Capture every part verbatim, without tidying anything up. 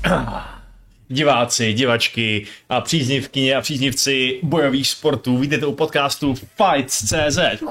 Diváci, divačky a příznivkyně a příznivci bojových sportů, vítejte u podcastu Fights tečka cé zet.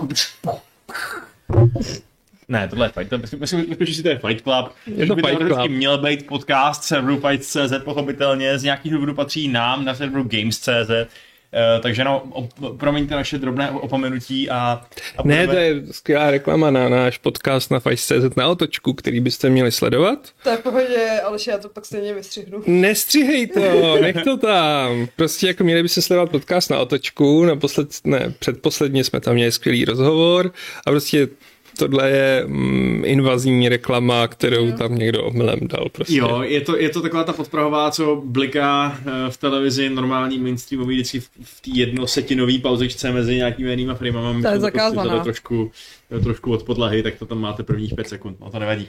Ne, tohle je Fight Club, myslím, že si to je Fight Club. Je to Fight Club. Měl být podcast serveru Fights tečka cé zet, pochopitelně, z nějakých důvodů patří nám na serveru Games tečka cé zet. Uh, takže no, op- promiňte naše drobné opomenutí a... a ne, budeme... to je skvělá reklama na náš podcast na Fights tečka cé zet na otočku, který byste měli sledovat. To je v pohodě, ale já to pak stejně vystřihnu. Nestříhej to, nech to tam. Prostě jako měli byste sledovat podcast na otočku, naposled, ne, předposledně jsme tam měli skvělý rozhovor a prostě tohle je mm, invazivní reklama, kterou mm. tam někdo omylem dal. Prostě. Jo, je to, je to taková ta podprahová, co bliká v televizi normální mainstreamový vždycky v, v té jednosetinové pauzečce mezi nějakými jinýma framama. To je zakázaná. To je trošku, trošku od podlahy, tak to tam máte prvních pět sekund, no to nevadí.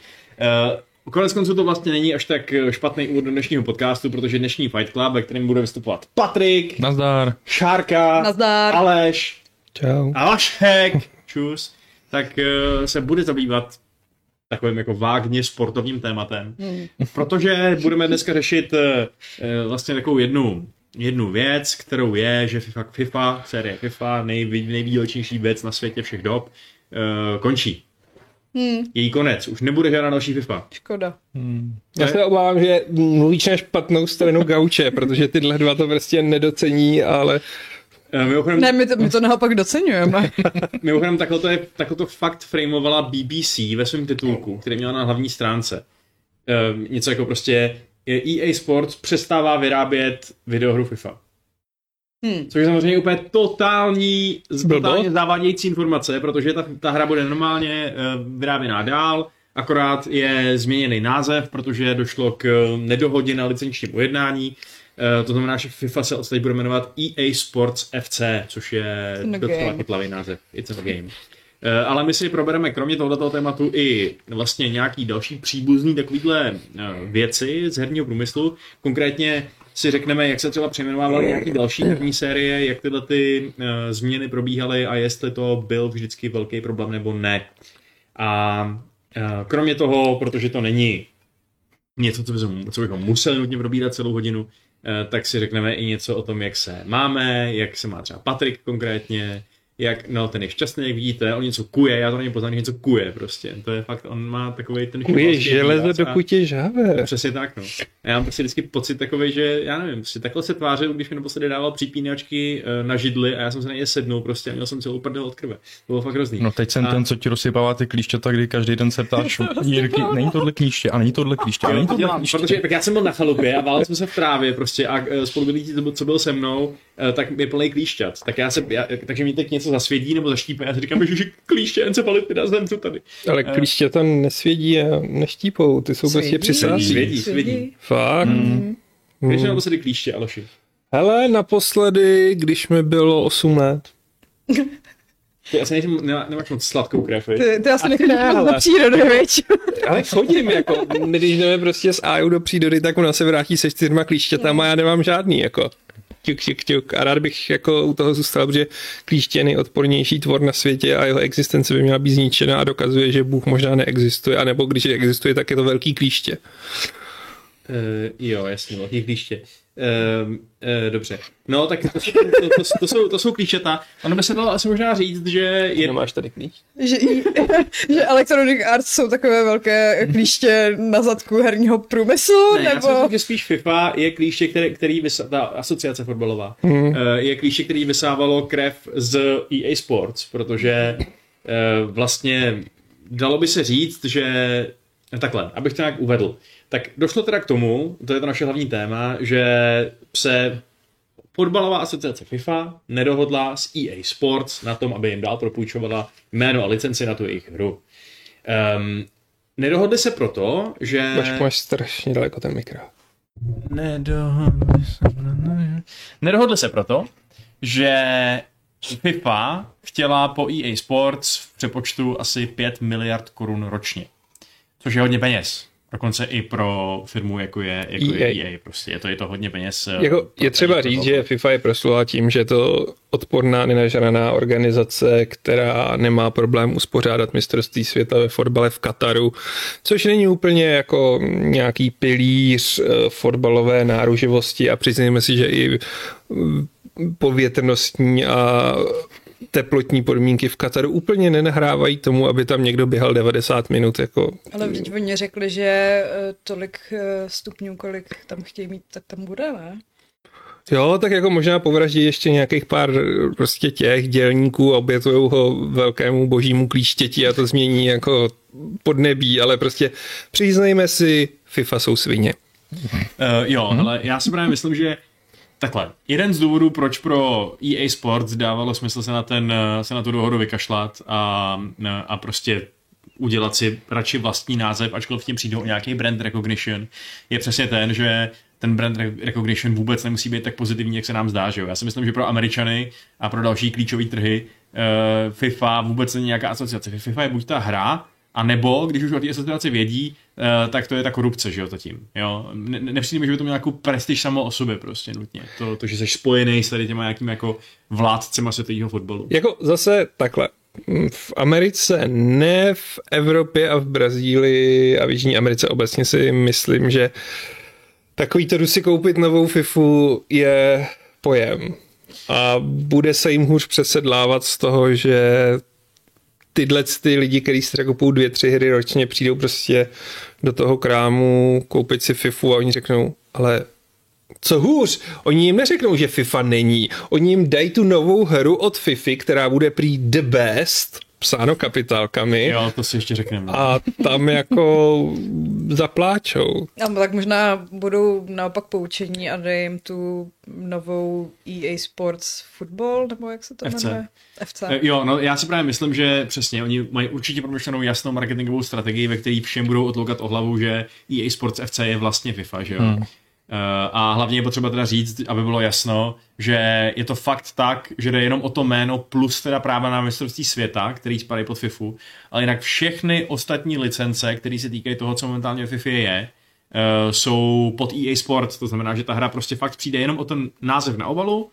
Uh, konec konců to vlastně není až tak špatný úvod do dnešního podcastu, protože dnešní Fight Club, ve kterém bude vystupovat Patrik, nazdar, Šárka, nazdar, Aleš Čau. a Vašek, čus, tak uh, se bude zabývat takovým jako vágně sportovním tématem, hmm. protože budeme dneska řešit uh, vlastně takovou jednu, jednu věc, kterou je, že FIFA, FIFA série FIFA, nej, nejvýdělečnější věc na světě všech dob, uh, končí. Hmm. Její konec, už nebude žádná další FIFA. Škoda. Hmm. Já se obávám, že mluvíš na špatnou stranu gauče, protože tyhle dva to prostě nedocení, ale... Mimochodem, ne, my to, my to naopak doceňujeme. Mimochodem, takhle to, je, takhle to fakt framovala B B C ve svém titulku, který měla na hlavní stránce. Um, něco jako prostě E A Sports přestává vyrábět videohru FIFA. Hmm. Což je samozřejmě úplně totální, totálně zavádějící informace, protože ta, ta hra bude normálně uh, vyráběná dál, akorát je změněný název, protože došlo k nedohodě na licenčním ujednání. Uh, to znamená, že FIFA se odsaď bude jmenovat E A Sports F C, což je docela chytlavý název. It's a game. Uh, ale my si probereme kromě tohoto tématu i vlastně nějaký další příbuzný takovýhle uh, věci z herního průmyslu. Konkrétně si řekneme, jak se třeba přejmenovávaly nějaký další herní série, jak tyhle ty uh, změny probíhaly a jestli to byl vždycky velký problém nebo ne. A uh, kromě toho, protože to není něco, co bychom, co bychom museli nutně probírat celou hodinu, tak si řekneme i něco o tom, jak se máme, jak se má třeba Patrik konkrétně, jak, no ten je šťastný, jak vidíte, on něco kuje, já to nevím poznám, něco kuje prostě, to je fakt, on má takovej ten... Kuje železo, dokud je žhavé. Přesně tak, no. A já mám prostě vždycky pocit takovej, že, já nevím, prostě takhle se tvářil, když mi naposledy dával připínačky na židli a já jsem se na ně sednul prostě a měl jsem celou prdel od krve. To bylo fakt hrozný. No teď jsem a... ten, co ti rozsypává ty klíšťata, kdy každý den se ptáš, Jirky, není tohle klíště, a není tohle klíště, a není tohle klíště. Protože já jsem byl na chalupě a válel jsme se v trávě prostě a spolubydlící, co byl se mnou, tak je plný klíšťat. Tak já se, já, takže mi teď něco zasvědí nebo zaštípe. Já si říkám, že klíště, encefality, zemřu tady. Ale klíště tam nesvědí a neštípou, ty jsou svědí, prostě přisází. Svědí, svědí. Fakt? Mm. Když mm. naposledy klíště, Aloši? Hele, naposledy, když mi bylo osm let. Ty asi nejsi, nemá, nemáš moc sladkou krev, viď? Ty, ty asi nechodíš moc do přírody, viď? Ale chodím, jako, když jdeme prostě s Ájou do přírody, tak ona se vrátí se čtyřma klíštětama a já nemám žádný, jako. Ťuk, ťuk, ťuk. A rád bych jako u toho zůstal, protože klíště je nejodpornější tvor na světě a jeho existence by měla být zničena a dokazuje, že Bůh možná neexistuje, anebo když existuje, tak je to velký klíště. Uh, jo, jasně, velký klíště. Uh, uh, dobře. No, tak to, to, to, to, to, jsou, to jsou klíšťata. Ono by se dalo asi možná říct, že... Je... Nemáš tady klíš? Že, že Electronic Arts jsou takové velké klíště na zadku herního průmyslu, ne, nebo... já si myslím, že spíš FIFA je klíště, který, který vysá... ta asociace fotbalová, hmm. uh, je klíště, který vysávalo krev z E A Sports, protože uh, vlastně dalo by se říct, že... Takhle, abych to nějak uvedl. Tak došlo teda k tomu, to je to naše hlavní téma, že se fotbalová asociace FIFA nedohodla s E A Sports na tom, aby jim dál propůjčovala jméno a licenci na tu jejich hru. Um, nedohodli se proto, že... Máš, máš strašně daleko ten mikro. Nedohodli se, nedohodli se proto, že FIFA chtěla po E A Sports v přepočtu asi pět miliard korun ročně. Což je hodně peněz. Dokonce i pro firmu, jako je, jako E A. je E A. Prostě je to, je to hodně peněz. Jako je třeba říct, že FIFA je proslula tím, že je to odporná, nenažraná organizace, která nemá problém uspořádat mistrovství světa ve fotbale v Kataru, což není úplně jako nějaký pilíř fotbalové náruživosti a přiznejme si, že i povětrnostní a teplotní podmínky v Kataru úplně nenahrávají tomu, aby tam někdo běhal devadesát minut. Jako... Ale vždyť oni řekli, že tolik stupňů, kolik tam chtějí mít, tak tam bude, ne? Jo, tak jako možná povraždí ještě nějakých pár prostě těch dělníků a obětujou ho velkému božímu klíštěti a to změní jako podnebí, ale prostě přiznejme si, FIFA jsou svině. Uh, jo, hmm. ale já si právě myslím, že takhle, jeden z důvodů, proč pro E A Sports dávalo smysl se na, ten, se na tu dohodu vykašlat a, a prostě udělat si radši vlastní název, ačkoliv tím přijdou o nějaký brand recognition, je přesně ten, že ten brand recognition vůbec nemusí být tak pozitivní, jak se nám zdá. Že jo? Já si myslím, že pro Američany a pro další klíčové trhy uh, FIFA vůbec není nějaká asociace. FIFA je buď ta hra, a nebo, když už o té asociaci vědí, uh, tak to je ta korupce, že jo, zatím. Jo? Ne, nepřijde mi, že by to mělo nějakou prestiž samo o sobě prostě nutně. To, to že jsi spojený s tady těma nějakými jako vládcema světového fotbalu. Jako zase takhle. V Americe, ne v Evropě a v Brazílii a v Jižní Americe obecně si myslím, že takový to jdu si koupit novou FIFU je pojem. A bude se jim hůř přesedlávat z toho, že tyhle ty lidi, kteří si kupují dvě, tři hry ročně, přijdou prostě do toho krámu koupit si FIFU a oni řeknou, ale co hůř, oni jim neřeknou, že FIFA není. Oni jim dají tu novou hru od FIFA, která bude prý the best, psáno kapitálkami. Jo, to si ještě řekneme. A tam jako zapláčou. No, tak možná budou naopak poučení a dají jim tu novou E A Sports Football, nebo jak se to F C. jmenuje? F C. Jo, no já si právě myslím, že přesně, oni mají určitě promyšlenou jasnou marketingovou strategii, ve které všem budou otloukat o hlavu, že E A Sports F C je vlastně FIFA, že jo? Hmm. A hlavně je potřeba teda říct, aby bylo jasno, že je to fakt tak, že jde jenom o to jméno plus teda práva na mistrovství světa, který spadají pod FIFU, ale jinak všechny ostatní licence, které se týkají toho, co momentálně v FIFA je, jsou pod E A Sports, to znamená, že ta hra prostě fakt přijde jenom o ten název na obalu.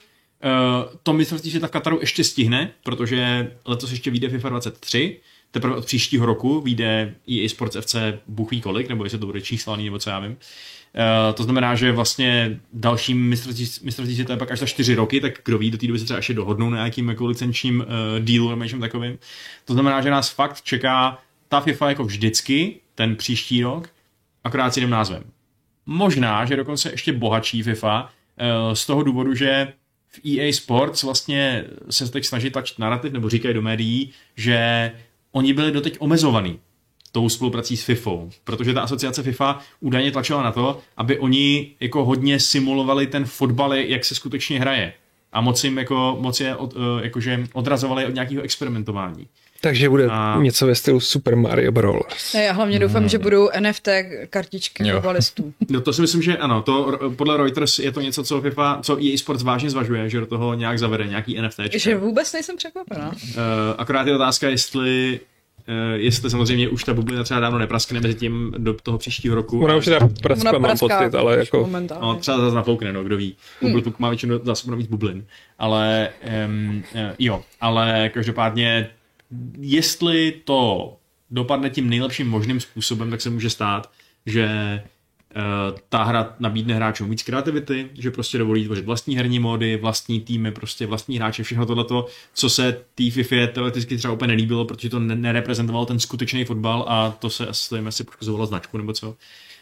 To mistrovství světa v Kataru ještě stihne, protože letos ještě vyjde FIFA dvacet tři, teprve od příštího roku vyjde E A Sports F C Bůh ví kolik, nebo jestli to bude číslaný, nebo co já vím. Uh, to znamená, že vlastně další mistrovství světa je pak až za čtyři roky, tak kdo ví, do té doby se třeba ještě dohodnou na nějakým jako licenčním uh, dealu nebo něčem takovým. To znamená, že nás fakt čeká ta FIFA jako vždycky, ten příští rok, akorát s jiným názvem. Možná, že dokonce ještě bohatší FIFA uh, z toho důvodu, že v E A Sports vlastně se teď snaží tlačit narrativ, nebo říkají do médií, že oni byli doteď omezovaný tou spoluprací s FIFou, protože ta asociace FIFA údajně tlačila na to, aby oni jako hodně simulovali ten fotbal, jak se skutečně hraje. A moc jim jako, moc je od, jakože odrazovali od nějakého experimentování. Takže bude a... něco ve stylu Super Mario Bros. Ne, já hlavně doufám, hmm. že budou N F T kartičky fotbalistů. No to si myslím, že ano. To, podle Reuters je to něco, co FIFA, co E A Sports vážně zvažuje, že do toho nějak zavede nějaký N F T. Že vůbec nejsem překvapená. Uh, akorát je otázka, jestli Uh, jestli samozřejmě už ta bublina třeba dávno nepraskne mezi tím do toho příštího roku. Ona už teda praskla, mám pocit, ale jako... No, třeba zase nafoukne, no, kdo ví. Hmm. Má většinou zásobu víc bublin. Ale um, uh, jo, ale každopádně, jestli to dopadne tím nejlepším možným způsobem, tak se může stát, že Uh, ta hra nabídne hráčům víc kreativity, že prostě dovolí tvořit vlastní herní módy, vlastní týmy, prostě vlastní hráče, všechno tohleto, co se té FIFA teoreticky třeba úplně nelíbilo, protože to nereprezentovalo ten skutečný fotbal a to se asi poškozovalo značku nebo co.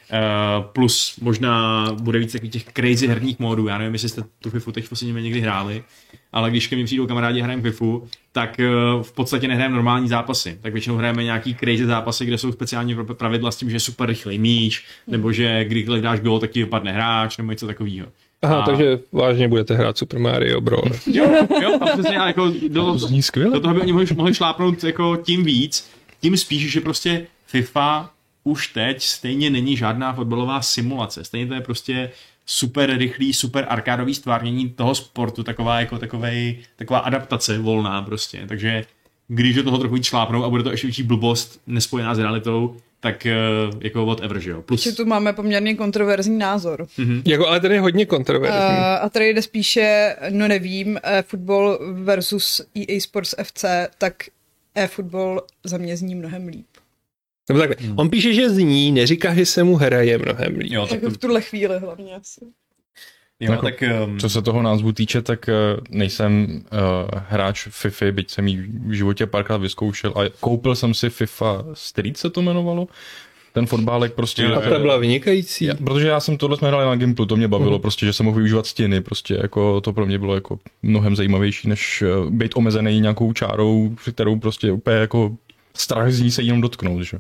Uh, plus možná bude víc takových těch crazy herních módů, já nevím, jestli jste tu FIFU teď v posledním někdy hráli, ale když ke mně přijdou kamarádi a hrajeme FIFU, tak uh, v podstatě nehrajeme normální zápasy, tak většinou hrajeme nějaký crazy zápasy, kde jsou speciální pravidla s tím, že je super rychlej míč, nebo že když dáš gól, tak ti vypadne hráč, nebo něco takového. Aha, a... takže vážně budete hrát Super Mario Bros. jo, jo, a přesně, a jako do, to zní skvěle. Do toho by oni mohli, mohli šlápnout jako tím víc, tím spíš, že prostě FIFA už teď stejně není žádná fotbalová simulace. Stejně to je prostě super rychlý, super arkádový stvárnění toho sportu, taková jako takovej, taková adaptace volná prostě. Takže když do toho trochu víc šlápnou a bude to ještě větší blbost nespojená s realitou, tak uh, jako whatever, že jo. Plus... Že tu máme poměrně kontroverzní názor. Mm-hmm. Jako, ale ten je hodně kontroverzní. Uh, a tady jde spíše, no nevím, uh, fotbal versus E A Sports F C, tak e-fotbal za mě zní mnohem líp. Nebo takhle. Hmm. On píše, že zní, neříká, že se mu hraje mnohem líp. Jo, tak jako to... v tuhle chvíli hlavně asi. Jo, jako, tak, um... co se toho názvu týče, tak uh, nejsem uh, hráč FIFA, byť jsem ji v životě párkrát vyzkoušel a koupil jsem si FIFA Street, se to jmenovalo. Ten fotbálek prostě... A to byla vynikající. Já, protože já jsem tohle jsme hráli na Gimplu, to mě bavilo, mm. prostě, že jsem mohl využívat stěny, prostě jako to pro mě bylo jako mnohem zajímavější, než uh, být omezený nějakou čárou, kterou prostě úplně jako strach z ní se jenom dotknout, že? Uh,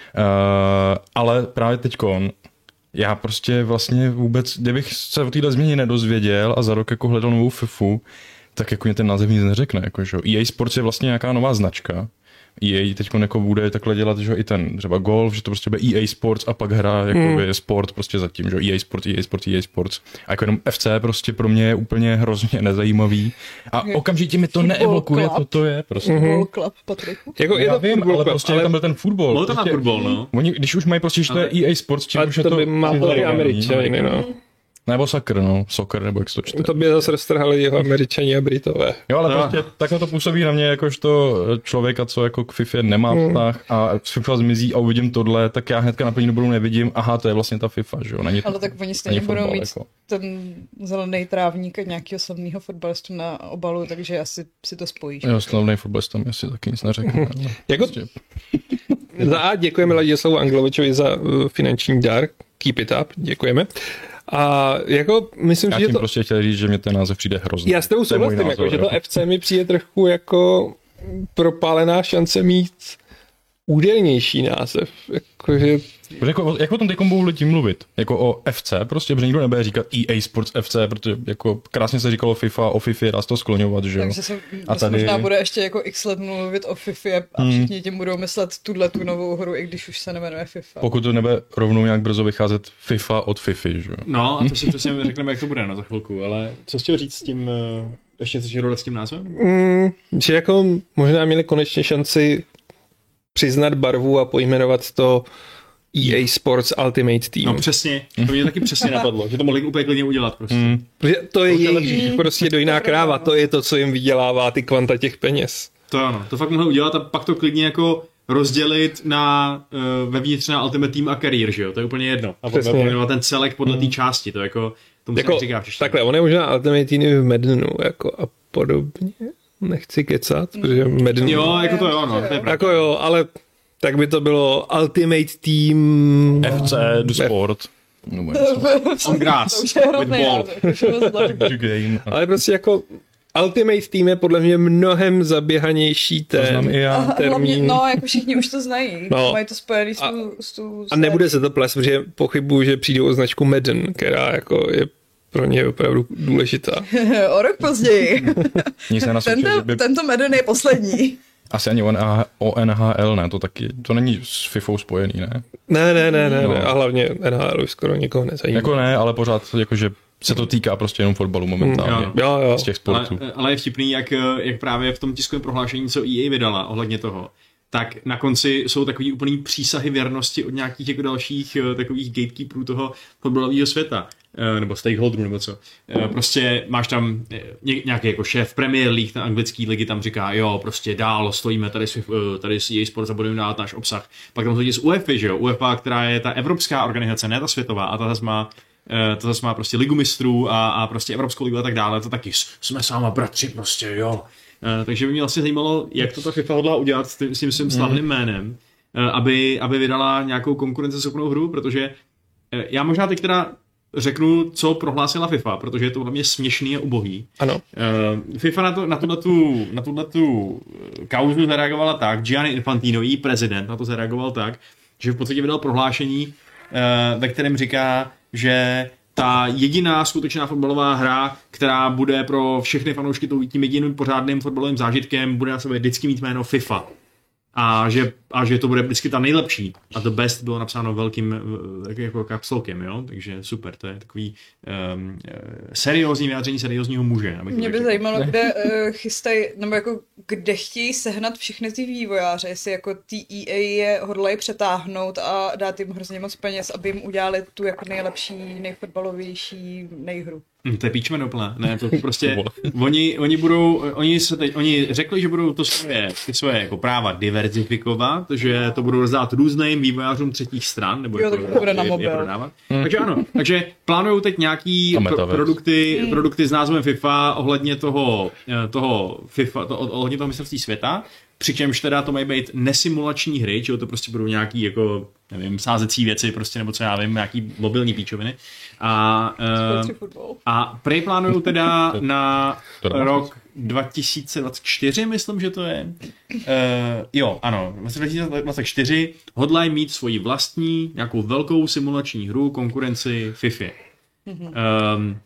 ale právě teďkon já prostě vlastně vůbec, kdybych se o téhle změně nedozvěděl a za rok jako hledal novou FIFU, tak jako mě ten název nic neřekne. Jako, že? E A Sports je vlastně nějaká nová značka. E A teď jako bude takhle dělat, že i ten třeba golf, že to prostě bude E A Sports a pak hra jako hmm. sport prostě zatím, že E A Sports, E A Sports, E A Sports. A jako jenom F C prostě pro mě je úplně hrozně nezajímavý. A okamžitě mi to neevokuje, co to je prostě. Football club, Patriku. Jako já vím, ale prostě ale... tam byl ten fotbal. Byl tam prostě, fotbal, no. Oni, když už mají prostě, že to je E A Sports, čím už je to... to by má to i Američany, no. Nebo soccer, no. Soccer, nebo jak se to čte. To by zase roztrhali jeho Američani a Britové. Jo, ale no. prostě takhle to působí na mě jakožto člověka, co jako k FIFA nemá vztah a FIFA zmizí a uvidím tohle, tak já hnedka na první dobu nevidím, aha, to je vlastně ta FIFA, že jo. Není to, ale tak oni stejně budou fotbal, mít jako. ten zelený trávník a nějakého slavného fotbalistu na obalu, takže asi si to spojíš. Jo, slavný fotbalista mi asi taky nic neřekne. jako... prostě. Za A děkujeme Ladislavu Anglovičovi za uh, finanční dar. Keep it up, děkujeme. A jako myslím, já že tím to... prostě chtěl říct, že mě ten název přijde hrozný. Já s tebou souhlasím, jako, že to F C mi přijde trochu jako propálená šance mít údernější název. Jakože... Jako, jak o tom teď budou lidi mluvit? Jako o F C prostě, protože nikdo nebude říkat E A Sports F C, protože jako krásně se říkalo FIFA, o FIFA dá se to skloňovat, že jo. Takže se a tady... možná bude ještě jako x let mluvit o FIFA a všichni hmm. tím budou myslet tuhle tu novou hru, i když už se nemenuje FIFA. Pokud to nebude rovnou nějak brzo vycházet FIFA od FIFA, že jo. No a to si přesně řekneme, jak to bude, no, za chvilku, ale co chtěl říct s tím, ještě něco dole s tím názvem? Mm, že jako možná měli konečně šanci přiznat barvu a pojmenovat to E A Sports Ultimate Team. No přesně, to mě taky přesně napadlo, že to mohli úplně klidně udělat prostě. Mm. Protože to je jejich prostě dojná kráva, to je to, co jim vydělává ty kvanta těch peněz. To ano, to fakt mohli udělat a pak to klidně jako rozdělit na uh, vevnitř na Ultimate Team a Career, že jo, to je úplně jedno. A pojmenovat ten celek podle té části, to jako, tomu jako, se říká všichni. Takhle, on je možná Ultimate Team v Maddenu, jako a podobně. Nechci kecat, protože Madden... Jo, jako to jo, no. To je jako jo, ale tak by to bylo Ultimate Team... F C do Sport. No, on grass, with ball. Ale prostě jako Ultimate Team je podle mě mnohem zaběhanější ten já. termín. No, jako všichni už to znají. No. Mají to spojený s tu... S tu a nebude se to plést, protože pochybuju, že přijde o značku Madden, která jako je pro ně je opravdu důležitá. O rok později. Tento, by... tento Madden je poslední. Asi ani o N H L, ne, to taky, to není s FIFou spojený, ne? Ne, ne, ne, ne, no. ne. A hlavně N H L už skoro nikoho nezajímá. Jako ne, ale pořád jakože se to týká prostě jenom fotbalu momentálně. Mm, jo, jo. Z těch sportů. Ale, ale je vtipný, jak, jak právě v tom tiskovém prohlášení, co E A vydala ohledně toho, tak na konci jsou takový úplný přísahy věrnosti od nějakých jako dalších takových gatekeeperů toho fotbalového světa, nebo stakeholderů, nebo co. Prostě máš tam nějaký jako šéf Premier League, na anglický ligy tam říká, jo, prostě dál stojíme tady s, tady s E A Sports a budeme dát náš obsah. Pak tam chodí z UEFA, že jo, UEFA, která je ta evropská organizace, ne ta světová, a ta zase má to zase má prostě ligu mistrů a, a prostě Evropskou ligu a tak dále, to taky jsme sáma bratři prostě, jo. Uh, takže by mě vlastně zajímalo, jak to ta FIFA hodlá udělat s tím, s tím svým slavným jménem, uh, aby, aby vydala nějakou konkurenceschopnou hru, protože uh, já možná teď teda řeknu, co prohlásila FIFA, protože je to hlavně směšný a ubohý. Ano. Uh, FIFA na, to, na tuhletu, na tuhletu kauzu zareagovala tak, Gianni Infantino, její prezident, na to zareagoval tak, že v podstatě vydal prohlášení, uh, ve kterém říká, že ta jediná skutečná fotbalová hra, která bude pro všechny fanoušky tím jediným pořádným fotbalovým zážitkem, bude na sobě vždycky mít jméno FIFA. a že, a že to bude vždycky ta nejlepší. A the best bylo napsáno velkým jako kapslkem, jo? Takže super, to je takový um, seriózní vyjádření seriózního muže. Mě by zajímalo, kde uh, chystají, nebo jako kde chtějí sehnat všechny ty vývojáře, jestli jako ty E A je hodlají přetáhnout a dát jim hrozně moc peněz, aby jim udělali tu jako nejlepší, nejfotbalovější nejhru. Hmm, to je píčmen úplně. Ne, to prostě, oni, oni budou, oni, se teď, oni řekli, že budou to svoje, ty svoje jako práva diverzifikovat, že to budou rozdát různým vývojářům třetích stran, nebo jo, jako, to bude na je, mobil. je prodávat. Hmm. Takže ano, takže plánují teď nějaký pro, produkty, hmm. produkty s názvem FIFA ohledně toho, toho FIFA, to, ohledně toho mistrovství světa, přičemž teda to mají být nesimulační hry, čili to prostě budou nějaký jako, nevím, sázecí věci prostě, nebo co já vím, nějaký mobilní píčoviny. A, uh, a prej plánují teda na rok dva tisíce dvacet čtyři, myslím, že to je. Uh, jo, ano, dva tisíce dvacet čtyři hodlají mít svoji vlastní, nějakou velkou simulační hru, konkurenci FIFA. Mm-hmm. Um,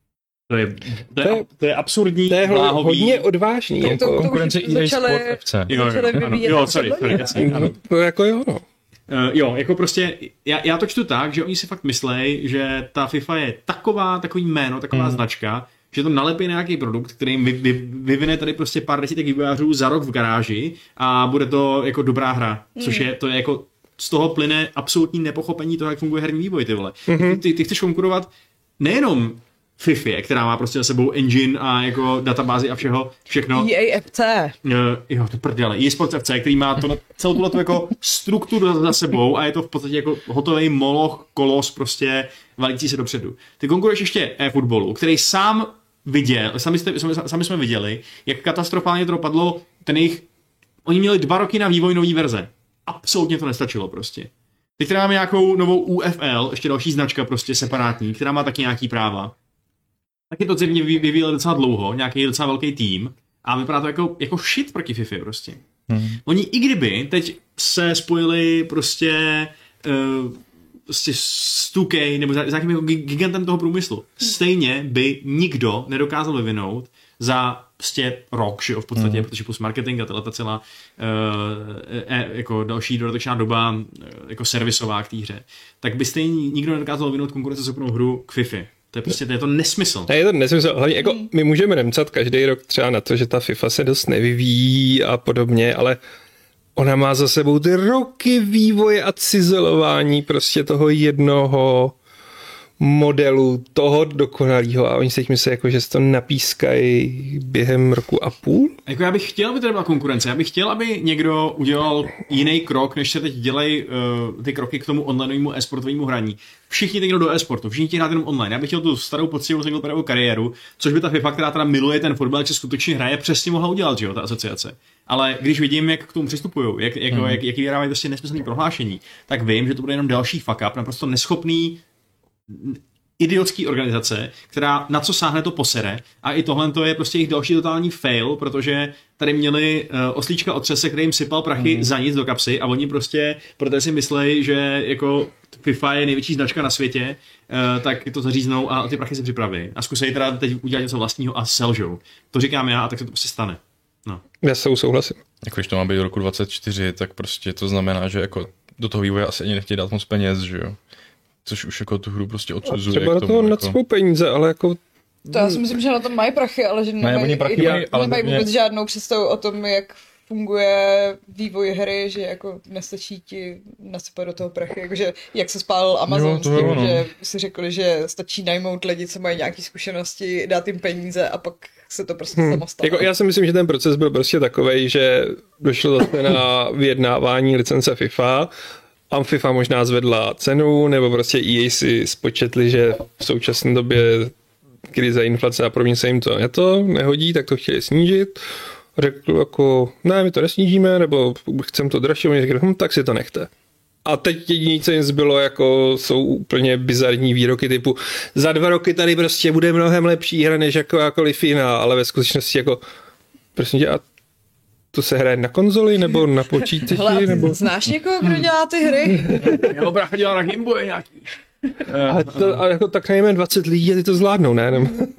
To je, to, je, to, je, to je absurdní, to je bláhový. hodně odvážný. To, jako. To konkurence E A Sport F C. Jo, jo, ano, jo, sorry, sorry, jasně, ano. To jako jo, no. Uh, jo, jako prostě, já, já to čtu tak, že oni si fakt myslej, že ta FIFA je taková, takový jméno, taková hmm. značka, že to nalepí nějaký produkt, který vy, vy, vyvine tady prostě pár desítek vývojářů za rok v garáži a bude to jako dobrá hra, hmm. což je, to je jako, z toho plyne absolutní nepochopení toho, jak funguje herní vývoj, ty vole. Hmm. Ty, ty, ty chceš konkurovat nejenom FIFA, která má prostě za sebou engine a jako databázi a všeho, všechno. E A F C. Uh, jo, to prdele. E A Sports F C, který má to, celou tuhle jako strukturu za sebou a je to v podstatě jako hotový moloch, kolos prostě valící se dopředu. Ty konkuruješ ještě e-futbolu, který sám viděl, sami, jste, sami jsme viděli, jak katastrofálně to dopadlo, ten jejich, oni měli dva roky na vývoj nový verze. Absolutně to nestačilo prostě. Teď teda máme nějakou novou U F L, ještě další značka prostě separátní, která má taky nějaký práva. Taky to zřejmě vyvíjeli docela dlouho, nějaký docela velký tým a vypadá to jako, jako shit proti FIFA prostě. Hmm. Oni i kdyby teď se spojili prostě, uh, prostě s two K nebo za, za nějakým jako gigantem toho průmyslu, hmm. stejně by nikdo nedokázal vyvinout za prostě rok, že jo, v podstatě, hmm. protože plus marketing a tato celá uh, e, jako další dodatečná doba jako servisová k té hře, tak by stejně nikdo nedokázal vyvinout konkurenceschopnou hru k FIFA. To je prostě to je to nesmysl. Ne, je to nesmysl. Hlavně jako my můžeme remcat každý rok třeba na to, že ta FIFA se dost nevyvíjí a podobně, ale ona má za sebou ty roky vývoje a cizelování prostě toho jednoho modelu, toho dokonalého a oni se teď myslí, jako, že se to napískají během roku a půl? Jako já bych chtěl, aby to byla konkurence. Já bych chtěl, aby někdo udělal jiný krok, než se teď dělají uh, ty kroky k tomu onlineovému e-sportovému hraní. Všichni teď jdou do e-sportu, všichni chtějí hrát jenom online. Já bych chtěl tu starou poctivou singleplayerovou kariéru, což by ta FIFA, která teda miluje ten fotbal, jak se skutečně hraje, přesně mohla udělat, že jo, ta asociace. Ale když vidím, jak k tomu přistupují, jak, jak, hmm. jak, jak vydávají prostě nesmyslný prohlášení, tak vím, že to bude jenom další fuck up, naprosto neschopný idiotský organizace, která na co sáhne to posere a i tohle to je prostě jejich další totální fail, protože tady měli uh, oslíčka otřese, který jim sypal prachy mm. za nic do kapsy a oni prostě, protože si myslej, že jako FIFA je největší značka na světě, uh, tak to zaříznou a ty prachy se připraví a zkusej teda teď udělat něco vlastního a selžou. To říkám já a tak se to prostě stane. No. Já se souhlasím. Jako když to má být do roku dvacet čtyři, tak prostě to znamená, že jako do toho vývoje asi ani nechtějí dát moc peněz, že jo. Což už jako tu hru prostě odsuzuje. Třeba na toho nacpou jako... peníze, ale jako... To já si myslím, že na tom mají prachy, ale že nemají, ne, prachy mají, ale nemají vůbec mě... žádnou představu o tom, jak funguje vývoj hry, že jako nestačí ti nasypat do toho prachy, jakože jak se spálil Amazon jo, s tím, jo, no. že si řekli, že stačí najmout lidi, co mají nějaké zkušenosti, dát jim peníze a pak se to prostě hmm. samo stane. Jako já si myslím, že ten proces byl prostě takovej, že došlo zase na vyjednávání licence FIFA. A FIFA možná zvedla cenu, nebo prostě E A si spočetli, že v současné době krize, inflace a podobně se jim to neto nehodí, tak to chtěli snížit. Řekl jako, ne, my to nesnížíme, nebo chcem to dražší, oni řekli, hm, tak si to nechte. A teď jediné, co jim zbylo, jako jsou úplně bizarní výroky typu za dva roky tady prostě bude mnohem lepší hra než jakákoliv jiná, ale ve skutečnosti jako prosím tě, a to se hraje na konzoli nebo na počítači? Hele, nebo... znáš někoho, kdo dělá ty hry? Jeho brácha dělá na Gameboy nějaký. A, to, a jako tak najme dvacet lidí a ty to zvládnou, ne?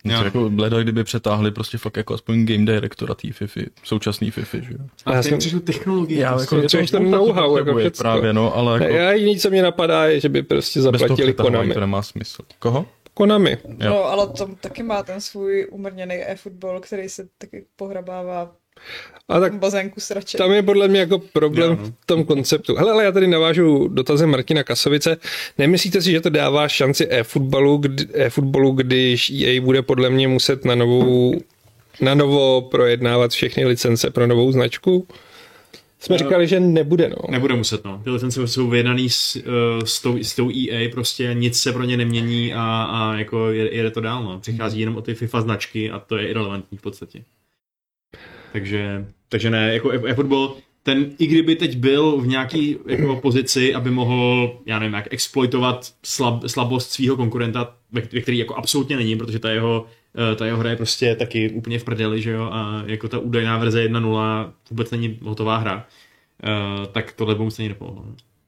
Něco jako bleda, kdyby přetáhli prostě fakt jako aspoň game directora té FIFA, současný FIFA, že jo. A já jsem přišel technologii. Já jako to je ten know-how, jako všecko. Právě, no, ale jako... Já jediný, co mě napadá, je, že by prostě zaplatili Konami. To nemá smysl. Koho? Konami. Jo. No, ale to taky má ten svůj umrněný e-football, který se taky pohrabává a tak bazénku sraček. Tam je podle mě jako problém jo, no. v tom konceptu. Hele, ale já tady navážu dotazem Martina Kasovice. Nemyslíte si, že to dává šanci e-footballu, kdy, e-footballu, když E A bude podle mě muset na novou, na novo projednávat všechny licence pro novou značku? Jsme no, říkali, že nebude, no. Nebude muset, no. Ty licence jsou vyjednaný s, uh, s, tou, s tou E A, prostě nic se pro ně nemění a, a jako jede to dál, no. Přichází jenom o ty FIFA značky a to je irrelevantní v podstatě. Takže, takže ne, jako e-football, ten, i kdyby teď byl v nějaký jako pozici, aby mohl, já nevím, jak exploitovat slab, slabost svého konkurenta, ve, ve který jako absolutně není, protože ta jeho, ta jeho hra je prostě taky úplně v prdeli, že jo, a jako ta údajná verze jedna nula vůbec není hotová hra, uh, tak tohle by mu stejně nepomohlo.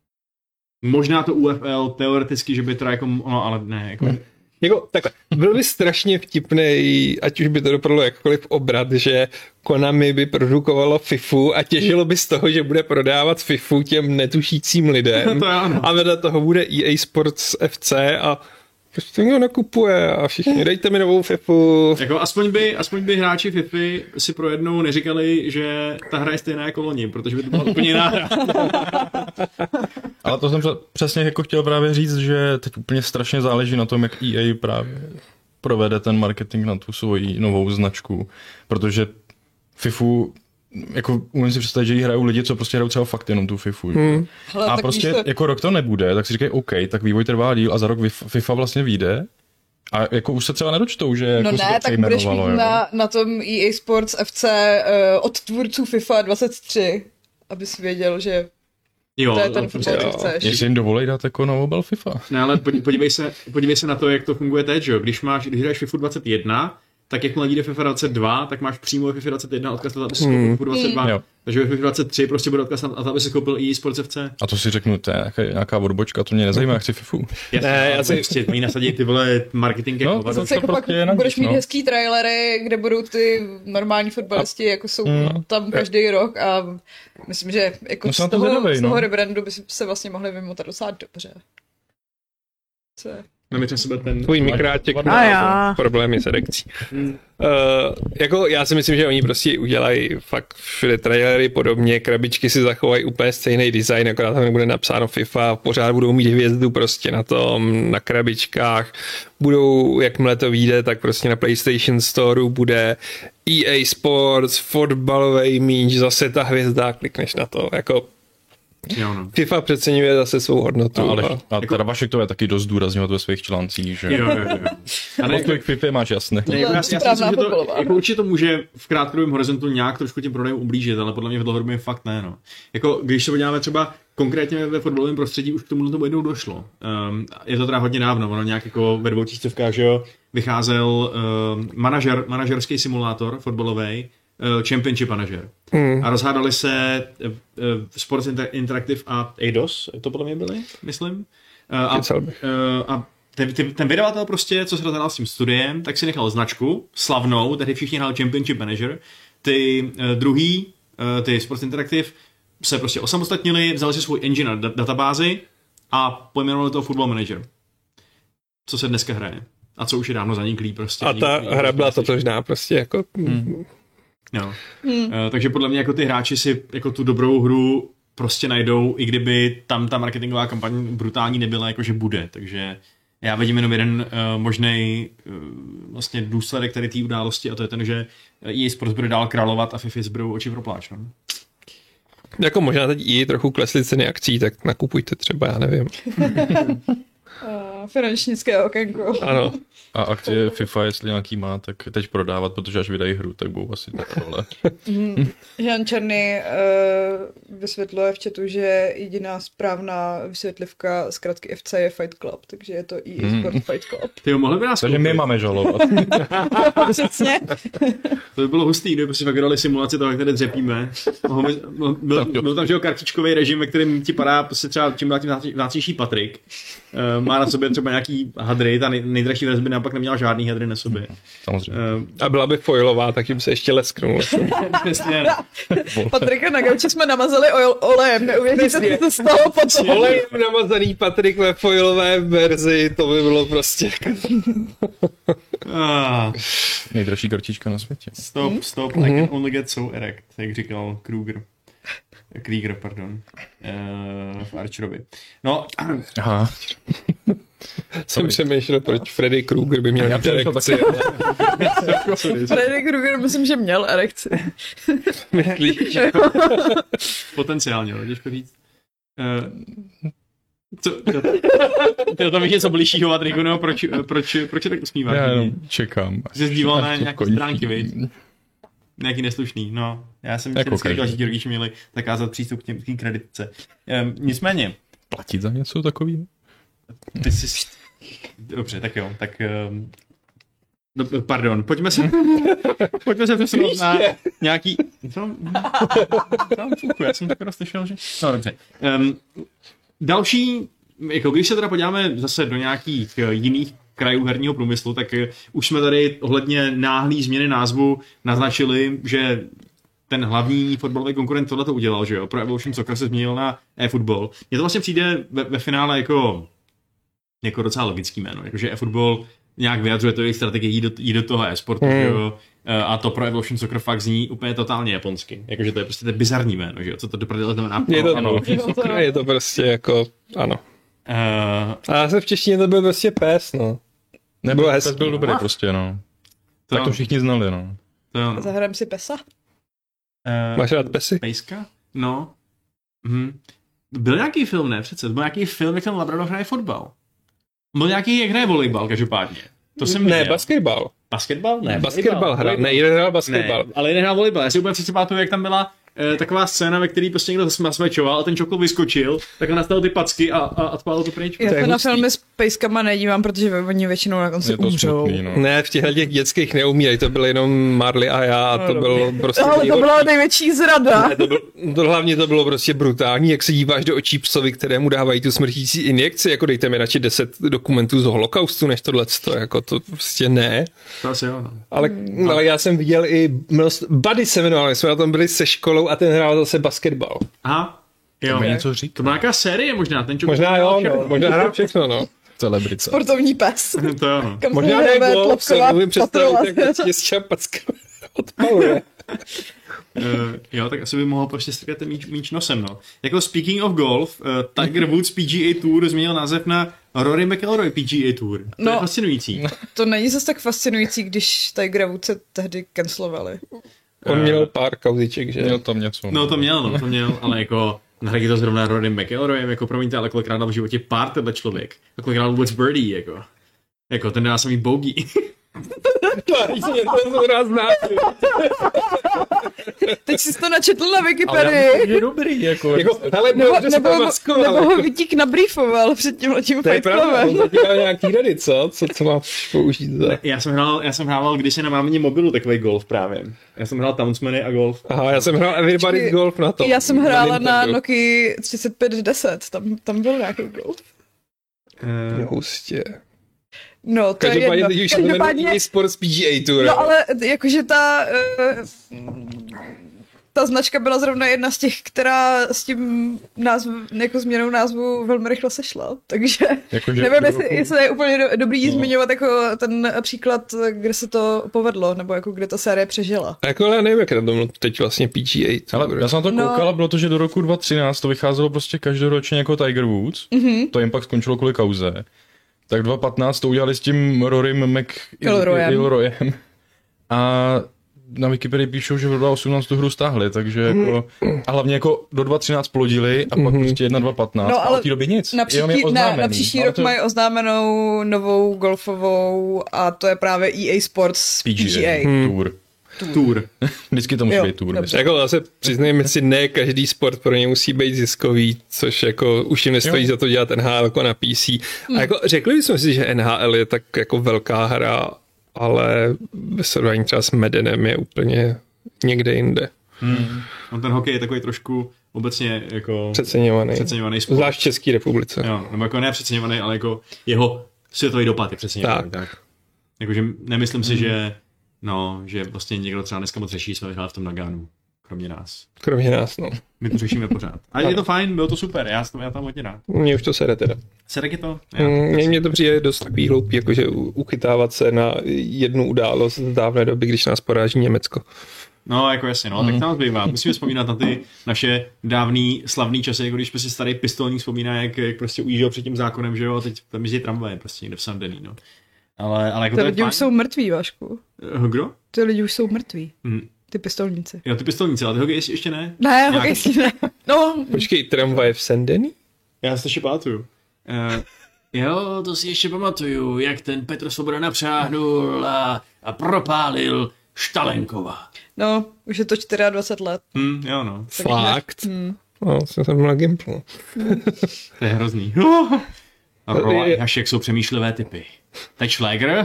Možná to U F L teoreticky, že by to jako, no ale ne, jako... Hmm. Jako, takhle, byl by strašně vtipnej, ať už by to dopadlo jakkoliv obrat, že Konami by produkovalo FIFU a těžilo by z toho, že bude prodávat FIFU těm netušícím lidem. To a vedle toho bude E A Sports F C a prostě někdo nakupuje a všichni dejte mi novou FIFU. Jako aspoň by, aspoň by hráči FIFA si pro jednou neříkali, že ta hra je stejná jako loni, protože by to byla úplně jiná hra. Ale to jsem přesně jako chtěl právě říct, že teď úplně strašně záleží na tom, jak E A právě provede ten marketing na tu svoji novou značku, protože FIFU, jako umím si představit, že jí hrajou lidi, co prostě hrajou třeba fakt jenom tu FIFU. Hmm. Hele, a prostě to... jako rok to nebude, tak si říkají OK, tak vývoj trvá díl a za rok FIFA vlastně vyjde. A jako už se třeba nedočtou, že jako no se ne, to tak budeš mít na, na tom E A Sports F C uh, od tvůrců FIFA dvacet tři, abys věděl, že jo, to je ten fotbal, co chceš. Jestli jim dovolej dát jako novou bal FIFA. Ne, ale podívej se, podívej se na to, jak to funguje teď, jo. Když máš, když hraješ FIFA dvacet jedna, tak jakmile jde FIFA dvacet dva, tak máš přímo ve FIFA dvacet jedna odkaz na to, aby si koupil FIFA dvacet dva. Mm. Takže ve FIFA dvacet tři prostě bude odkaz na to, aby si koupil E A Sports F C. A to si řeknu, to je nějaká, nějaká odbočka, to mě nezajímá, jak chci FIFU. Jasně, ne, já si prostě mají nasadit ty vole marketing jako no, to, to jako prostě pak budeš mít no. hezký trailery, kde budou ty normální fotbalisti, jako jsou mm. tam každý rok a myslím, že jako no, z toho, zvědavej, z toho no. rebrandu by se vlastně mohli vymotat docela dobře. Co je? Máme sebe ten... Tvůj mikráček má problémy s erekcí. Hmm. Uh, jako já si myslím, že oni prostě udělají fakt všude trailery podobně, krabičky si zachovají úplně stejný design, akorát tam nebude napsáno FIFA, pořád budou mít hvězdu prostě na tom, na krabičkách, budou, jakmile to vyjde, tak prostě na PlayStation Storeu bude E A Sports, fotbalový míč, zase ta hvězda, klikneš na to, jako Jo, no. FIFA přeceňuje zase svou hodnotu. No, ale, a, a teda Vašek to je taky dost důrazňovat ve svých článcích, že? Jo, jo, jo. Ale jako k FIFA máš jasné. Ne, já, já si myslím, že to jako určitě to může v krátkodobém horizontu nějak trošku těm prodejům ublížit, ale podle mě v dlouhodobém fakt ne, no. Jako když se podíváme třeba konkrétně ve fotbalovém prostředí, už k tomu tomu jednou došlo. Um, je to teda hodně dávno, ono nějak jako ve dvou tisícovkách, že jo, vycházel um, manažer, manažerský simulátor fotbalový, Championship Manager. Hmm. A rozhádali se uh, uh, Sports Interactive a Eidos, to podle mě byly, myslím. Uh, a uh, a ten, ten vydavatel prostě, co se rozhádal s tím studiem, tak si nechal značku, slavnou, tehdy všichni hrál Championship Manager. Ty uh, druhý, uh, ty Sports Interactive, se prostě osamostatnili, vzali si svůj engine na databázi a pojmenovali to Football Manager. Co se dneska hraje. A co už je dávno zaniklý prostě. A ta hra byla totožná prostě jako... Hmm. No. Hmm. Uh, takže podle mě jako ty hráči si jako tu dobrou hru prostě najdou, i kdyby tam ta marketingová kampaň brutální nebyla, jakože bude. Takže já vidím jenom jeden uh, možný uh, vlastně důsledek tady té události a to je ten, že E A Sports bude dál královat a FIFA zbudou oči pro pláč. No? Jako možná teď i trochu klesly ceny akcí, tak nakupujte třeba, já nevím. Uh, finančnické okénko. Ano. A akcie FIFA, jestli nějaký má, tak teď prodávat, protože až vydají hru, tak budou asi tak tohle. Mm. Jan Černý uh, vysvětluje v chatu, že jediná správná vysvětlivka zkratky F C je Fight Club, takže je to E A Sport mm. Fight Club. Ty jo, mohli by nás Takže my máme žalovat. Přesně. To by bylo hustý, kdyby si fakt dali simulaci toho, jak tady dřepíme. Byl, byl tam, že jo, kartičkový režim, ve kterém ti padá prostě třeba čím dál tím vzácnější Patrik. má na sobě třeba nějaký hadry, ta nej, nejdražší verze by naopak neměla žádný hadry na sobě. Samozřejmě. Uh, A byla by foilová, tak jim se ještě lesknul. přesně. Patrika na gauči jsme namazali ol- olejem, neuvěříte, co se stalo potom. Olejem namazaný Patrik ve foilové verzi, to by bylo prostě... Ah, Nejdražší kartička na světě. stop, stop, I can only get so erect, jak říkal Kruger. Krieger, pardon. Uh, v Archerovi. No, Aha. Jsem přemýšlel, proč Freddy Krueger by měl mít erekci. Freddy Krueger myslím, že měl erekci. Myslíš? potenciálně, no, těžko říct. Uh, co, to, to tam je něco bližšího, Patriku, nebo proč, proč, proč je tak usmíváš? Já jenom čekám. Jsi zdíval na to nějaké končí. stránky, viď? Nějaký neslušný, no. Já jsem Jako vždycky říkal, každý. že ti rodiče měli zakázat přístup k těm k té kreditce. Um, nicméně, Platit za něco takového? ty jsi... Dobře, tak jo, tak... Um, no, pardon, pojďme se... pojďme se přesunout na nějaký... Co? Tam fuku, já jsem tak rozslyšel, že... No, dobře. Um, další... Jako když se teda podíváme zase do nějakých uh, jiných krajů herního průmyslu, tak uh, už jsme tady ohledně náhlý změny názvu naznačili, že ten hlavní fotbalový konkurent tohle to udělal, že jo? Pro Evolution Soccer se změnil na eFootball. Mně to vlastně přijde ve, ve finále jako, jako docela logický jméno, jakože eFootball nějak vyjadřuje to jejich strategii jít do, jít do toho e-sportu, hmm. že jo? A to pro Evolution Soccer fakt zní úplně totálně japonsky. Jakože to je prostě to bizarní jméno, že jo? Co to do prdele znamená? Je to, ano. je to prostě jako, ano. Uh, A já se v češtině to byl prostě pes, no. Nebyl, Bylo pes hezký. byl dobrý prostě, no. to, Tak to všichni znali, no. to, Zahrajeme si pesa. uh, Máš rád pesy? Pejska? No. Mhm. Byl nějaký film, ne přece? Byl nějaký film, jak ten Labrador hraje fotbal. Byl nějaký, jak hraje volejbal, každopádně. To jsem Ne, viděl. basketball. Basketbal? Ne, Basketball hrál, ne, jeden hrál basketball. Ne, ale jeden hrál volejbal. Já si úplně přeci pamatuju, jak tam byla e, taková scéna, ve které prostě někdo zasmečoval a ten čokol vyskočil, tak nastavil ty packy a, a, a odpálil to pryč. Já To je se na hustý. filmy s pejskama nedívám, protože oni většinou na konci Je to umřou. smutný, no. Ne, v těchto těch dětských neumírají, to byl jenom Marley a já a to No, bylo prostě... Ale to nejhorší. byla největší zrada. Ne, to, byl, to hlavně to bylo prostě brutální, jak se díváš do očí psovi, kterému dávají tu smrtící injekci, jako dejte mi radši deset dokumentů z holokaustu, než tohleto, jako to prostě ne. To asi jo, no. Ale, mm. ale já jsem viděl i, Buddy se jmenoval, my jsme na tom byli se školou a ten hrál zase basketbal. Aha. Jo. To mi něco říká. To byla nějaká série možná, ten čokol. Možná jo, no, možná hrál všechno, no. Celebrita. Sportovní pes. To jo, no. Kam Možná se ne jdeme, golf, se tlapková umím představit, patrola. jak prostě z čapacka odpaluje. Uh, jo, tak asi by mohl prostě strkat ten míč, míč nosem, no. Jako speaking of golf, uh, Tiger Woods P G A Tour změnil název na Rory McIlroy P G A Tour. To No. je fascinující. To není zase tak fascinující, když Tiger Woods se tehdy cancelovali. On měl pár kauziček, že? Měl tam něco. No to měl, no, to měl, ale jako nahradí to zrovna Rory McIlroyem, jako promiňte, ale kolikrát dal v životě pár tenhle člověk. A kolikrát vůbec birdie, jako. Jako ten dá samý bogey. Tváří se něco, co nás znáte. Teď jsi to načetl na Ale já Wikipedii. myslím, že je dobrý, jako. Jako, hele, Nebo, dobře se nebo, to nebo, maskoval, nebo jako. ho Vítík nabriefoval před tím letím To je Fight pravda, on Clubem. zatím má nějaký rady, co? Co, co máš použít za... Já jsem hrál, já jsem hrával kdysi na mámině mobilu takový golf právě. Já jsem hrál Townsmany a golf. Aha, já jsem hrál Everybody's Počkej, Golf na to. Já jsem hrála na Nintendo. Nokia třicet pět deset, tam, tam byl nějaký golf. Uh, Hustě. No, to je Každopádně jedno. teď už se to jmenuje Každopádně, E Sports P G A Tour. no ale jakože ta, uh, ta značka byla zrovna jedna z těch, která s tím názvu, jako změnou názvu velmi rychle sešla, takže Jakože nevím, do jestli, roku- jestli je úplně do, dobrý No. zmiňovat jako ten příklad, kde se to povedlo, nebo jako kde ta série přežila. Jako já nevím, jak je to teď vlastně P G A Tour. Ale já jsem na to No. koukal a bylo to, že do roku dva tisíce třináct to vycházelo prostě každoročně jako Tiger Woods. Mm-hmm. To jim pak skončilo kvůli kauze. Tak dva tisíce patnáct to udělali s tím Rorym Kilroyem. McIlroyem. A na Wikipedii píšou, že v dva tisíce osmnáct tu hru stáhli, takže jako, a hlavně jako do dva tisíce třináct plodili a pak prostě jedna dva tisíce patnáct No, a ale od té doby nic. Na Jenom je příští, na, na oznámený. příští Ale rok to- mají oznámenou novou golfovou a to je právě E A Sports P G A. Tour. tour. Vždycky to musí Jo, být tour. dobře. Jako zase přiznejme si, ne každý sport pro ně musí být ziskový, což jako už jim nestojí Jo. za to dělat N H L jako na P C. A jako řekli bychom si, že N H L je tak jako velká hra, ale ve srovnání třeba s Medenem je úplně někde jinde. Hmm. No, ten hokej je takový trošku obecně jako Přeceňovaný. přeceňovaný sport. Zvlášť v České republice. Jo, nebo jako ne přeceňovaný, ale jako jeho světový dopad je přeceňovaný. Tak. tak. Jakože nemyslím si, že no, že vlastně někdo třeba dneska moc řeší, jsme vyhráli v tom Nagánu. Kromě nás. Kromě nás, no. My to řešíme pořád. A je to fajn, bylo to super, já, to, já tam hodně rád. Mně už to sere teda. Serek je to? Mně mě to přijde dost takový hloupý, jakože uchytávat se na jednu událost z dávné doby, když nás poráží Německo. No, jako jasně, no, mm. tak to nás bývá. Musíme vzpomínat na ty naše dávný slavný časy, jako když prostě starý pistolník vzpomíná, jak, jak prostě ujížděl před tím zákonem, že jo, a teď tam jezdí tramvaje prostě někde v Sandený, no. Ale, ale jako ty to lidi je už jsou mrtví, Vašku. fajn. Kdo? Ty lidi už jsou mrtví. Mm. Ty pistolníci. Jo, ty pistolníci, ale ty hokejisti ještě ne? Ne, Nějak... hokejisti ne. No. Počkej, tramvaj v Sandený? Já si to ještě pamatuju. Uh, jo, to si ještě pamatuju, jak ten Petr Svoboda napřáhnul a, a propálil Štalenkova. No, už je to dvacet čtyři let. Hmm, jo no. Fakt? Hmm. No, jsem tam na Gimplu. To je hrozný. A Rola i Hašek jsou přemýšlivé typy. Teď Šlégr.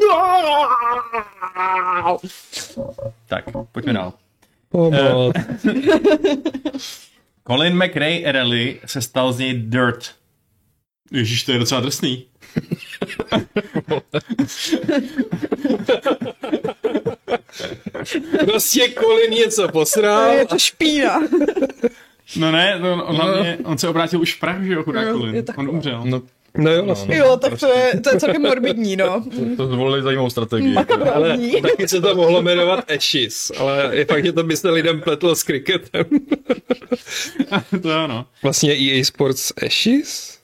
Tak, pojďme dál. Pomoc. Colin McRae Erely se stal z něj Dirt. Ježíš, to je docela drsný. Prostě Colin něco posral. Je to špína. No ne, to on, on, hlavně, on se obrátil už v prach, že jo, chudák Jo, Colin. je tak On umřel. No, No jo, vlastně. Jo, tak to je, to je celkem morbidní, no. to zvolili zajímavou strategii. Ale taky se to mohlo jmenovat Ashes, ale je fakt, že to by se lidem pletlo s kriketem. To jo, no. Vlastně E A Sports Ashes?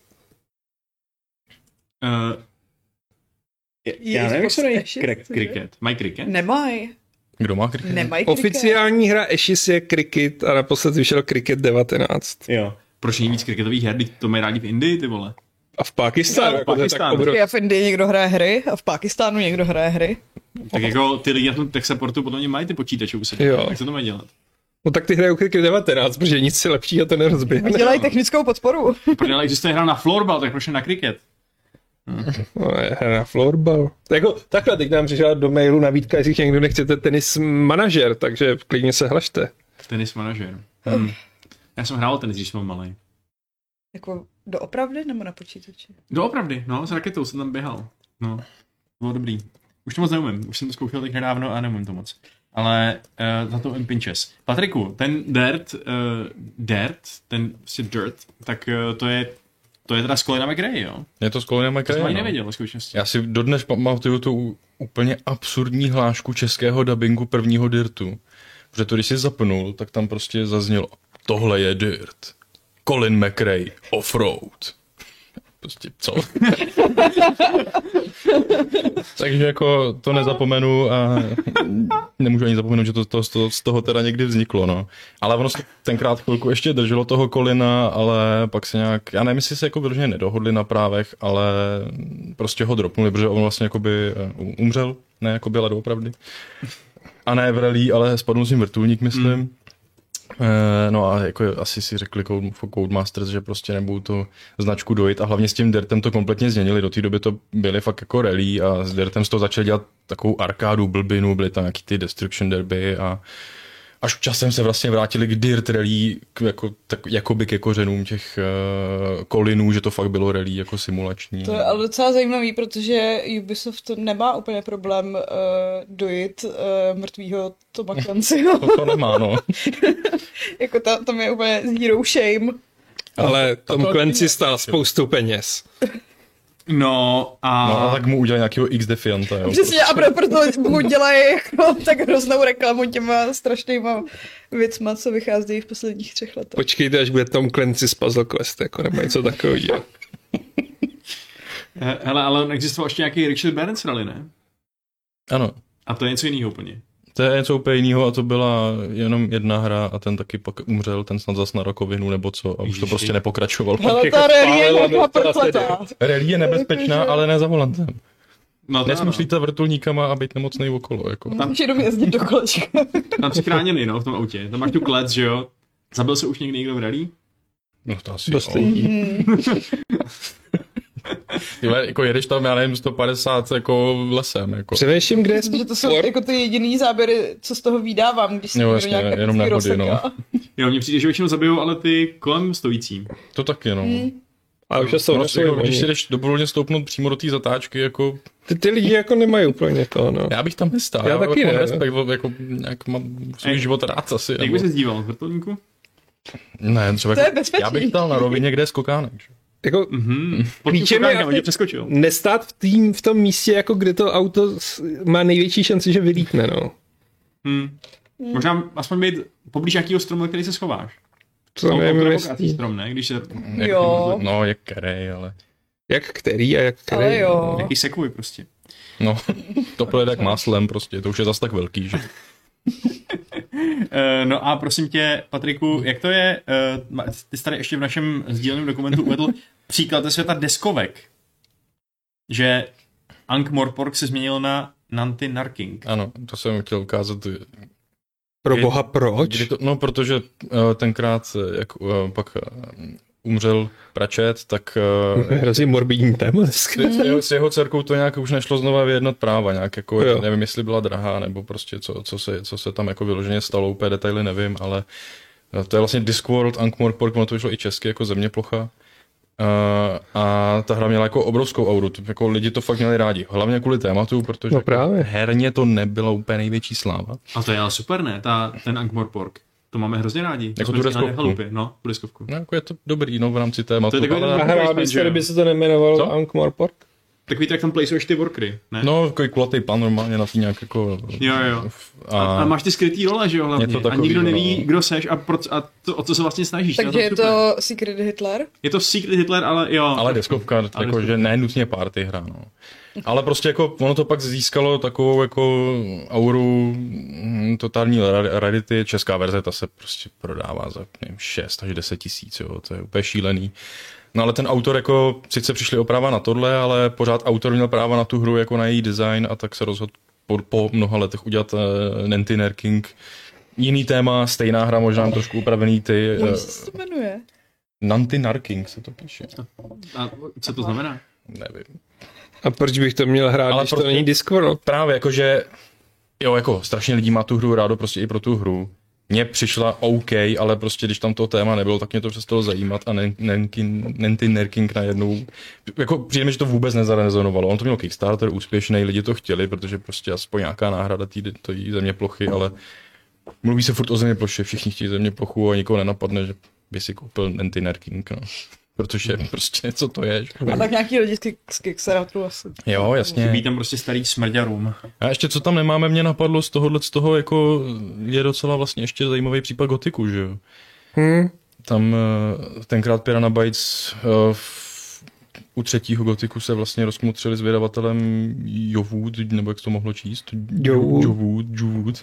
Uh, já nevím, jak se dají kriket. Mají kriket? Nemají. Kdo má kriket? Nemají kriket. Oficiální hra Ashes je kriket a naposled vyšel kriket devatenáct. Jo. Proč není víc kriketových her? To mají rádi v Indii, ty vole. A v Pákistánu. No, v Jako Pákistánu. tak obro... A v Indii někdo hraje hry a v Pákistánu někdo hraje hry. Tak jako ty lidi na tom tech supportu podle mě mají ty počítače u sebe. Jo. Jak se to mají dělat? No tak ty hrajou kriket devatenáct, protože nic si lepšího to nerozběhne. Dělají technickou podporu. Protože ale existuje hra na florbal, tak proč ne na kriket? No, je hra na florbal. Jako, takhle, teď nám přišla do mailu nabídka, jestli někdo nechcete tenis manažer, takže klidně se hlašte. Tenis manažer. Hmm. Já jsem hrál tenis, když jsem byl malý. Jako doopravdy nebo na počítači? Doopravdy, no, s raketou jsem tam běhal. No, bylo dobrý. Už to moc neumím, už jsem to zkoušel teď nedávno a neumím to moc. Ale uh, za to umím pinches. Patriku, ten Dirt, uh, Dirt, ten si Dirt, tak uh, to je to je teda z Colina McRae, jo? Je to z Colina McRae, To jsem ani no. nevěděl, ve skutečnosti. Já si dodnes pamatuju tu úplně absurdní hlášku českého dabingu prvního Dirtu. Protože to, když si zapnul, tak tam prostě zaznělo: tohle je Dirt. Colin McRae, offroad. Prostě co? Takže jako to nezapomenu a nemůžu ani zapomenout, že to, to, to z toho teda někdy vzniklo, no. Ale ono se tenkrát chvilku ještě drželo toho Colina, ale pak se nějak, já nevím, jestli se jako vyloženě nedohodli na právech, ale prostě ho dropnuli, protože on vlastně jakoby umřel, ne jakoby, ale doopravdy. A ne v rally, ale spadnul s ním vrtulník, myslím. Mm. No a jako asi si řekli Codemasters, že prostě nebudou tu značku dojít a hlavně s tím Dirtem to kompletně změnili. Do té doby to byly fakt jako rally a s Dirtem z toho začali dělat takovou arkádu, blbinu, byly tam nějaký ty Destruction Derby a až časem se vlastně vrátili k Dirt rally, k, jako, tak, jakoby ke kořenům těch uh, Colinů, že to fakt bylo rally jako simulační. To je ale docela zajímavý, protože Ubisoft nemá úplně problém uh, dojít uh, mrtvýho Toma Clancyho. To, to nemá, no. Jako ta, tam je úplně zero shame. Ale Tom Clancy stál spoustu peněz. No a... No a tak mu udělali nějakého X-Defianta, jo. Přesně, a pro- proto mu dělají jako tak hroznou reklamu těma strašnýma věcma, co vycházejí v posledních třech letech. Počkejte, až bude Tom Clancy z Puzzle Quest, jako nebo něco takového. Hele, ale on existoval ještě nějaký Richard Burns rally, ne? Ano. A to je něco jiného úplně. To je něco úplně jiného a to byla jenom jedna hra a ten taky pak umřel, ten snad zas na rakovinu nebo co a už Ježiši. to prostě nepokračoval. Hele, ta rally je nějaká prokletá. Rally je nebezpečná, ale ne za volantem. No to Nesmíš lítat vrtulníkama a být nemocnej okolo. Jako. Tam jenom jezdit do kolečka. Tam jsi chráněný, no, v tom autě. Tam máš tu klec, že jo? Zabil se už někdy někdo v rally? No to asi Dost jo. lidí. Tyhle, jako jedeš tam, já nevím, sto padesát jako lesem. Jako. Přemýšlím, kde je Myslím, že to jsou jako ty jediný záběry, co z toho vydávám, když se Jo, někdo jasně, nějak jenom epicky nehody, no. rozseká. Jo, mně přijde, že většinou zabijou ale ty kolem stojící. To taky, no. Hmm. A už jsou no, na jako, když si jdeš dobrovolně stoupnout přímo do té zatáčky, jako... ty, ty lidi jako nemají úplně to, no. Já bych tam nestál. Já já taky jako ne. respekt, jako nějak mám svůj Ej, život rád asi. Jak nebo... by se zdíval, vrtulníku? Ne, třeba To je jako, bezpečný. já bych stál na rovině, kde je skokánek. Že? Jako Mhm. Pod tím Klíčem je, skokánkem, on tě aby- přeskočil. nestát v, tým, v tom místě, jako kde to auto s- má největší šanci, že vylítne, no. Hmm. Možná aspoň být poblíž nějakého stromu, na který se schováš. To Jsou nevím, to jestli... strom, ne? Když se... Jak, Jo. No, jak kerej, ale... Jak který a jak který. Ale jo. Jaký sekvoj prostě. No, to projede jak máslem prostě, to už je zas tak velký, že? Uh, no a prosím tě, Patriku, jak to je, uh, ty jsi tady ještě v našem sdíleném dokumentu uvedl příklad ze světa deskovek, že Ankh-Morpork se změnil na Nanty Narking. Ano, to jsem chtěl ukázat. Pro Kdy- boha, proč? Kdy to, no, protože uh, tenkrát, uh, jak uh, pak uh, umřel Pračet, tak uh, Hrozně morbidní téma dneska. s, jeho, s jeho dcerkou to nějak už nešlo znova vyjednat práva, nějak jako, Jo. nevím, jestli byla drahá, nebo prostě co, co, se, co se tam jako vyloženě stalo, úplně detaily nevím, ale uh, to je vlastně Discworld, Ankh-Morpork, ono to vyšlo i česky jako Zeměplocha. Uh, a ta hra měla jako obrovskou auru, to, jako lidi to fakt měli rádi, hlavně kvůli tématu, protože No právě. jako herně to nebyla úplně největší sláva. A to je ale super, ne? Ta, ten Ankh-Morpork. To máme hrozně rádi. Jako Jsme tu vždycky na deskovku. chalupě. No, tu deskovku. No, jako je to dobrý, no, v rámci tématu. To je takový ale... ten- A hrála Placement, byste, že jo? kdyby se to nemenovalo Co? Ankh-Morpork? Takový tak tam placuješ ty workery, ne? No, takový kulatý pan normálně na tý nějak jako... Jo, jo. A, A, a máš ty skrytý role, že jo, hlavně. Něco A takovýho, nikdo neví, no. kdo seš a, proč, a to, o co se vlastně snažíš. Takže Na je super. to Secret Hitler? Je to Secret Hitler, ale jo. ale deskovka, Ale jako, deskovka. že ne nutně party hra, no. Ale prostě jako ono to pak získalo takovou jako auru mm, totální ra- rarity. Česká verze, ta se prostě prodává za nevím, šest až deset tisíc, jo, to je úplně šílený. No ale ten autor jako, sice přišli o práva na tohle, ale pořád autor měl práva na tu hru jako na její design a tak se rozhodl po, po mnoha letech udělat uh, Nanty Narking. Jiný téma, stejná hra, možná trošku upravený ty. Jak Uh, se to jmenuje? Nanty Narking se to píše. A co to znamená? Nevím. A proč bych to měl hrát, Ale když prostě- to není Discworld? Právě jakože, jo, jako strašně lidí má tu hru rádo prostě i pro tu hru. Mně přišla OK, ale prostě když tam to téma nebylo, tak mě to přestalo zajímat a Nanty Narking najednou, jako přijde mi, že to vůbec nezarezonovalo. On to měl Kickstarter úspěšný, lidi to chtěli, protože prostě aspoň nějaká náhrada té země plochy, ale mluví se furt o země ploše, všichni chtějí země plochu a nikoho nenapadne, že by si koupil Nanty Narking, no. Protože prostě, co to je? Že? A tak nějaký lidi z Kick- z Kickstarteru asi. Jo, jasně. Chybí tam prostě starý smrďarům. A ještě co tam nemáme, mě napadlo z tohohle, z toho jako je docela vlastně ještě zajímavý případ Gothicu, že jo. Hm? Tam eh, tenkrát Piranha Bytes eh, v, u třetího Gothicu se vlastně rozkmotřili s vydavatelem Jowood, nebo jak to mohlo číst? Jowood. Jowood, Jowood.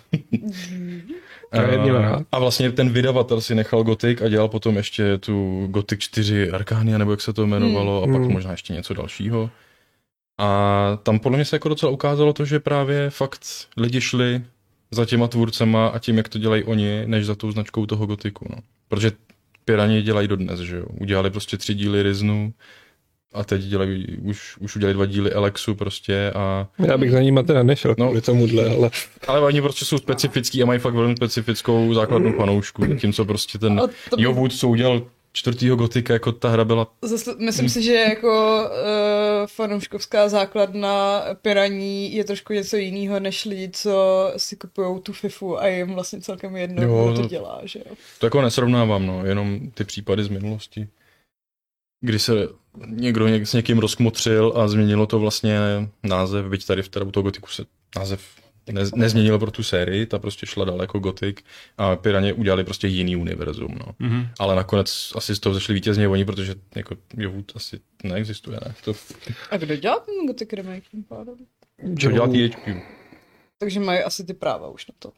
To je měl rád. A vlastně ten vydavatel si nechal Gothic a dělal potom ještě tu Gothic čtyři Arcania, nebo jak se to jmenovalo, Hmm. a pak Hmm. možná ještě něco dalšího. A tam podle mě se jako docela ukázalo to, že právě fakt lidi šli za těma tvůrcema a tím, jak to dělají oni, než za tou značkou toho Gothicu, no. Protože Pirani dělají dodnes, že jo. Udělali prostě tři díly Riznu a teď dělají, už, už udělali dva díly Alexu prostě a... Já bych za nima teda nešel No. kvůli tomuhle, ale... Ale oni prostě jsou specifický a mají fakt velmi specifickou základnu fanoušku, tím, co prostě ten A to- Jowood, co udělal čtvrtýho Gotika, jako ta hra byla... Zase, myslím si, že jako uh, fanouškovská základna Piraní je trošku něco jiného, než lidi, co si kupují tu FIFU a jim vlastně celkem jedno, Jo, kdo to no. dělá, že jo. To jako nesrovnávám, no, jenom ty případy z minulosti, kdy se někdo něk, s někým rozkmotřil a změnilo to vlastně název, byť tady v teda u toho Gothicu se název ne, nezměnilo pro tu sérii, ta prostě šla dál jako Gothic a Piraně udělali prostě jiný univerzum, no. Mhm. Ale nakonec asi z toho zašli vítězně oni, protože jako Jowood asi neexistuje, ne? To, A kdo dělá ten Gothic remake tím pádem? co dělá T H Q? Takže mají asi ty práva už na to.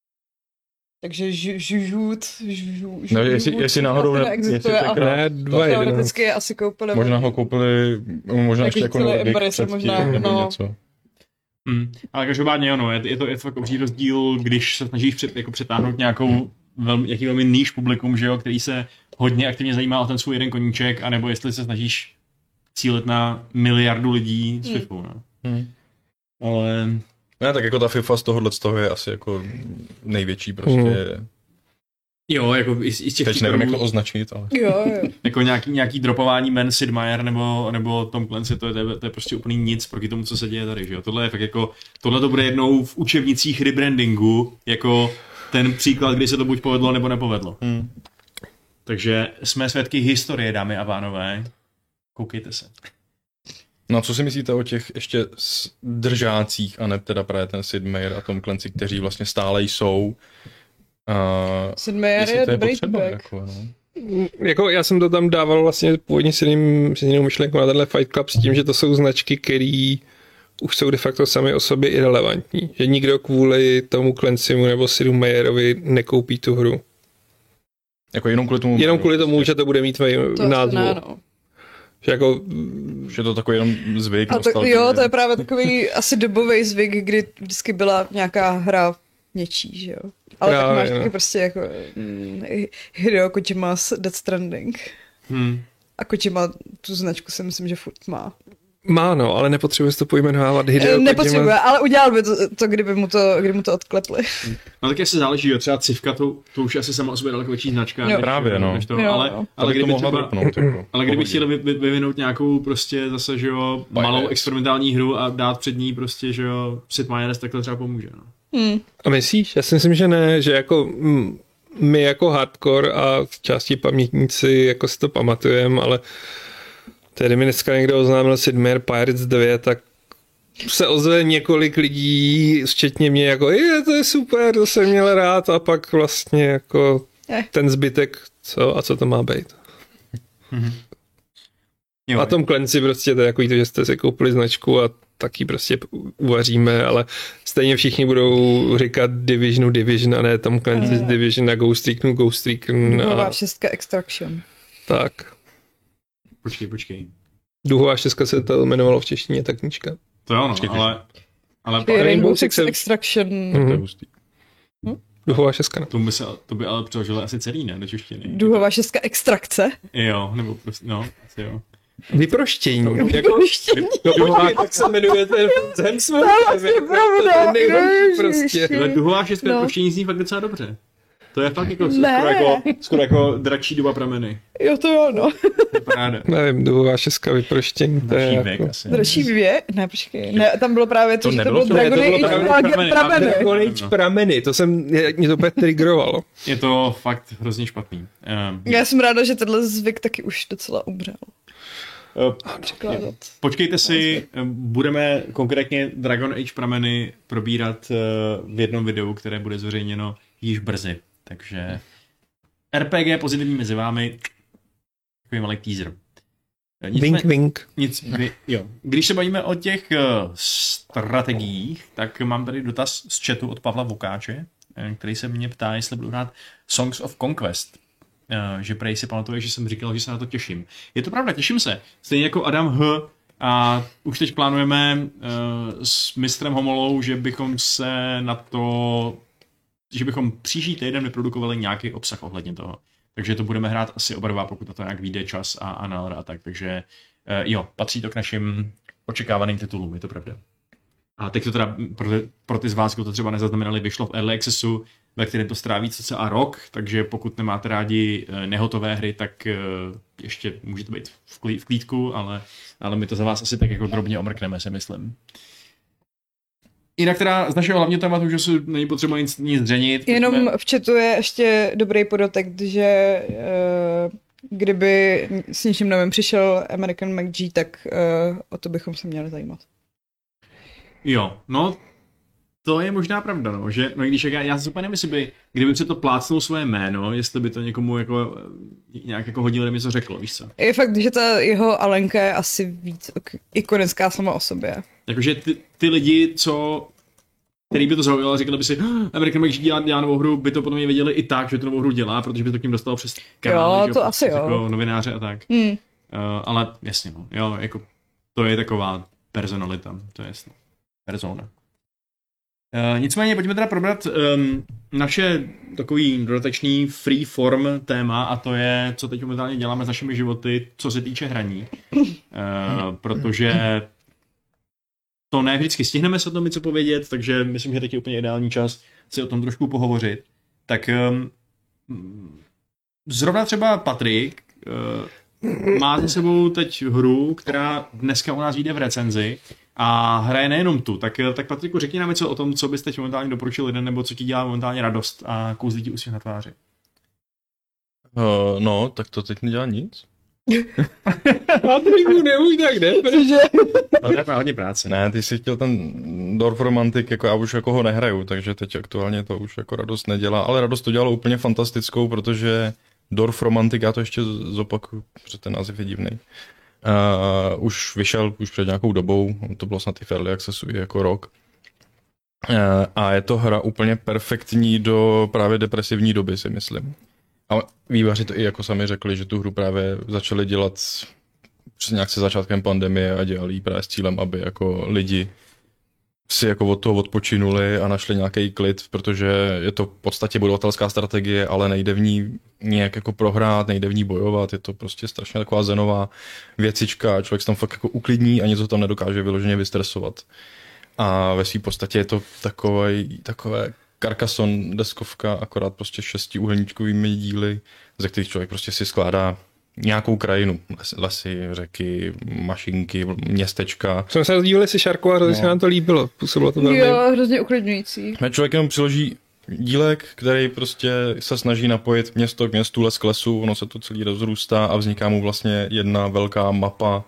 Takže žužut, žužut, No, jestli, jestli náhodou ne, jestli neexistuje a tenkrát, Ne, dva jedenáct. teoreticky je asi koupili. možná ho koupili, možná ještě Jako jako celý Nordic Embracer předtím, možná, nebo no. něco. Mm. Ale každopádně ano, je, je, to, je to fakt obří rozdíl, když se snažíš před, jako přetáhnout nějakou velmi, jaký velmi níž publikum, že jo, který se hodně aktivně zajímá o ten svůj jeden koníček, anebo jestli se snažíš cílit na miliardu lidí s Hmm. FIFou, no. Hmm. Ale Ne, tak jako ta FIFA z tohohle z toho je asi jako největší prostě. Hmm. Mm. Jo, jako i, i z těch Teď nevím, jak to příkladů, označit, ale... Jo, jo. jako nějaký, nějaký dropování men Sid Meier nebo, nebo Tom Clancy, to je, to, je, to je prostě úplný nic proti tomu, co se děje tady, že jo. Tohle je fakt jako, tohle to bude jednou v učebnicích rebrandingu, jako ten příklad, kdy se to buď povedlo, nebo nepovedlo. Hmm. Takže jsme svědky historie, dámy a pánové. Koukejte se. No a co si myslíte o těch ještě držácích, a ne teda právě ten Sid Meier a Tom Clancy, kteří vlastně stále jsou? Uh, Sid Meier jestli je to je dobrý potřeba, týpek. jako, no. Jako já jsem to tam dával vlastně původně s, jiným, s jinou myšlenkou na tenhle Fight Club s tím, že to jsou značky, které už jsou de facto sami o sobě irrelevantní. Že nikdo kvůli tomu Clancymu nebo Sidu Meierovi nekoupí tu hru. Jako jenom kvůli tomu... Jenom kvůli tomu, že to bude mít v To názvu. ne, no. Že jako... Že je to takový jenom zvyk. A to, jo, to je právě takový asi dobový zvyk, kdy vždycky byla nějaká hra něčí, že jo. Ale Právě, tak máš no. taky prostě jako mm, Hideo Kojima s Death Stranding. Hmm. A Kojima tu značku si myslím, že furt má. Má, no, ale nepotřebuje se to pojmenovat Hideo Kojima. Nepotřebuje, ale udělal by to, to kdyby mu to, kdyby mu to odklepli. No tak se záleží, jo, třeba Civka, to, to už je asi sama o sobě daleko větší značka. Jo. než- Právě, no. než to, Jo, ale, jo. ale, Ale kdyby to mohla třeba, dropnout, jako. ale kdyby Pohodě. chtěli vy, vy, vyvinout nějakou prostě zase, že jo, malou Pirates. experimentální hru a dát před ní prostě, že jo, Sid Meier's, tak to třeba pomůže, no. Hmm. A myslíš? Já si myslím, že ne, že jako mm, my jako hardcore a v části pamětníci jako si to pamatujeme, ale tedy mi dneska někdo oznámil Sid Meier Pirates dva, tak se ozve několik lidí, včetně mě, jako je, to je super, to jsem měl rád, a pak vlastně jako Eh. ten zbytek, co a co to má být. Jo, A Tom Clancy prostě to je jako to, že jste si koupili značku a taky prostě uvaříme, ale stejně všichni budou říkat Divisionu Division a ne Tom Clancy's Mm. Division a Ghost Recon Ghost Recon Nová a šestka Extraction. tak. Počkej, počkej. Duhová šestka se to jmenovalo v češtině, ta knížka. To jo, no, Počkej, ale, ale Rainbow, Rainbow Six Six Extraction. Mhm. To je hustý. Duhová šestka, no. to by, se, to by ale přeložilo asi celý, ne, do češtiny. Duhová šestka Extrakce. Jo, nebo prostě, no, asi jo. Vyproštění. Jako, no, počkej, tak se jmenuje ten z Hemsworth. vlastně pravda. Nejhorší prostě. Ježiši. Tyhle duhová šestka No. no. proštění zní fakt docela dobře. To je fakt jako, Ne. skoro jako, skoro jako dračí doba prameny. Jo, to jo, no. To je paráda. Nevím, duhová šestka, vyproštění. To je Dračí věk jako... asi. Dražší věk? Ne, počkej. Ne, tam bylo právě to, To že to nebylo bylo to- ne, to Dragony bylo Age právě Prameny. prameny. Prameny. Dragon Age prameny, to jsem, mě to úplně triggerovalo. Je to fakt hrozně špatný. Um, Já jsem ráda, že tenhle zvyk taky už docela umřel. Překládat. Počkejte si, budeme konkrétně Dragon Age prameny probírat eh, v jednom videu, které bude zveřejněno již brzy. Takže R P G pozitivní mezi vámi, takový malý teaser. Eh, Wink, Nicméně, wink. nic, vy, jo. Když se bavíme o těch uh, strategiích, tak mám tady dotaz z chatu od Pavla Vokáče, eh, který se mě ptá, jestli budu hrát Songs of Conquest. Uh, že prej si pamatuje, že jsem říkal, že se na to těším. Je to pravda, těším se. Stejně jako Adam H. A už teď plánujeme uh, s mistrem Homolou, že bychom se na to, že bychom příští týden vyprodukovali nějaký obsah ohledně toho. Takže to budeme hrát asi oba dva, pokud na to nějak vyjde čas a, a nálada a tak. Takže uh, jo, patří to k našim očekávaným titulům, je to pravda. A teď to teda pro, pro ty z vás, kdo to třeba nezaznamenali, vyšlo v Early Accessu, ve kterém to stráví cca rok, takže pokud nemáte rádi nehotové hry, tak ještě můžete být v, klí, v klídku, ale, ale my to za vás asi tak jako drobně omrkneme, si myslím. Jinak teda z našeho hlavního tématu, že se není potřeba nic, nic dřenit. Jenom pojďme- v chatu je ještě dobrý podotek, že eh, kdyby s něčím novým přišel American McG, tak eh, o to bychom se měli zajímat. Jo, no to je možná pravda, no, že, no i když já, já si úplně nevím, by, kdyby se to plácnul svoje jméno, jestli by to někomu jako nějak jako hodně lidem něco řeklo, víš co? Je fakt, že ta jeho Alenka je asi víc ok- ikonická sama o sobě. Jakože ty, ty lidi, co, který by to zaujalo, říkali by si, "Ah, American McG dělá, dělá novou hru, by to potom věděli i tak, že tu novou hru dělá, protože by to k ním dostalo přes kanály, Jo, že to asi jo. jako novináře a tak. Hmm. Uh, ale jasně, no, jo, jako to je taková personalita, to je jasno. Persona. Uh, nicméně pojďme teda probrat um, naše takový dodatečný free form téma a to je, co teď momentálně děláme s našimi životy, co se týče hraní. Uh, protože to ne vždycky stihneme se o tom něco povědět, takže myslím, že teď je úplně ideální čas si o tom trošku pohovořit. Tak um, zrovna třeba Patrik uh, má za sebou teď hru, která dneska u nás vyjde v recenzi a hraje nejenom tu. Tak, tak Patriku, řekni nám něco o tom, co bys teď momentálně doporučil lidem, nebo co ti dělá momentálně radost a kouzlí ti úsměv na tváři. Uh, no, tak to teď nedělá nic. Patriku, nemůž tak, ne? Protože... Ale má hodně práce. Ne, ty jsi chtěl ten Dorf Romantik, jako já už jako ho nehraju, takže teď aktuálně to už jako radost nedělá, ale radost to dělalo úplně fantastickou, protože Dorf Romantik, já to ještě zopakuju, protože ten název je divný. Uh, už vyšel už před nějakou dobou, to bylo snad i v Early Accessu jako rok. Uh, a je to hra úplně perfektní do právě depresivní doby, si myslím. A vývojáři to i jako sami řekli, že tu hru právě začali dělat přes nějak se začátkem pandemie a dělali ji právě s cílem, aby jako lidi si jako od toho odpočinuli a našli nějaký klid, protože je to v podstatě budovatelská strategie, ale nejde v ní nějak jako prohrát, nejde v ní bojovat, je to prostě strašně taková zenová věcička, člověk se tam fakt jako uklidní a něco tam nedokáže vyloženě vystresovat. A ve své podstatě je to takové, takové Carcassonne deskovka, akorát prostě šestiúhelníčkovými díly, ze kterých člověk prostě si skládá nějakou krajinu. Les, lesy, řeky, mašinky, městečka. Jsme se rozdívali si Šarku a hrozně no. se nám to líbilo. Působilo to velmi... Jo, hrozně uklidňující. Člověk jenom přiloží dílek, který prostě se snaží napojit město k městu, les k lesu, ono se to celý rozrůstá a vzniká mu vlastně jedna velká mapa.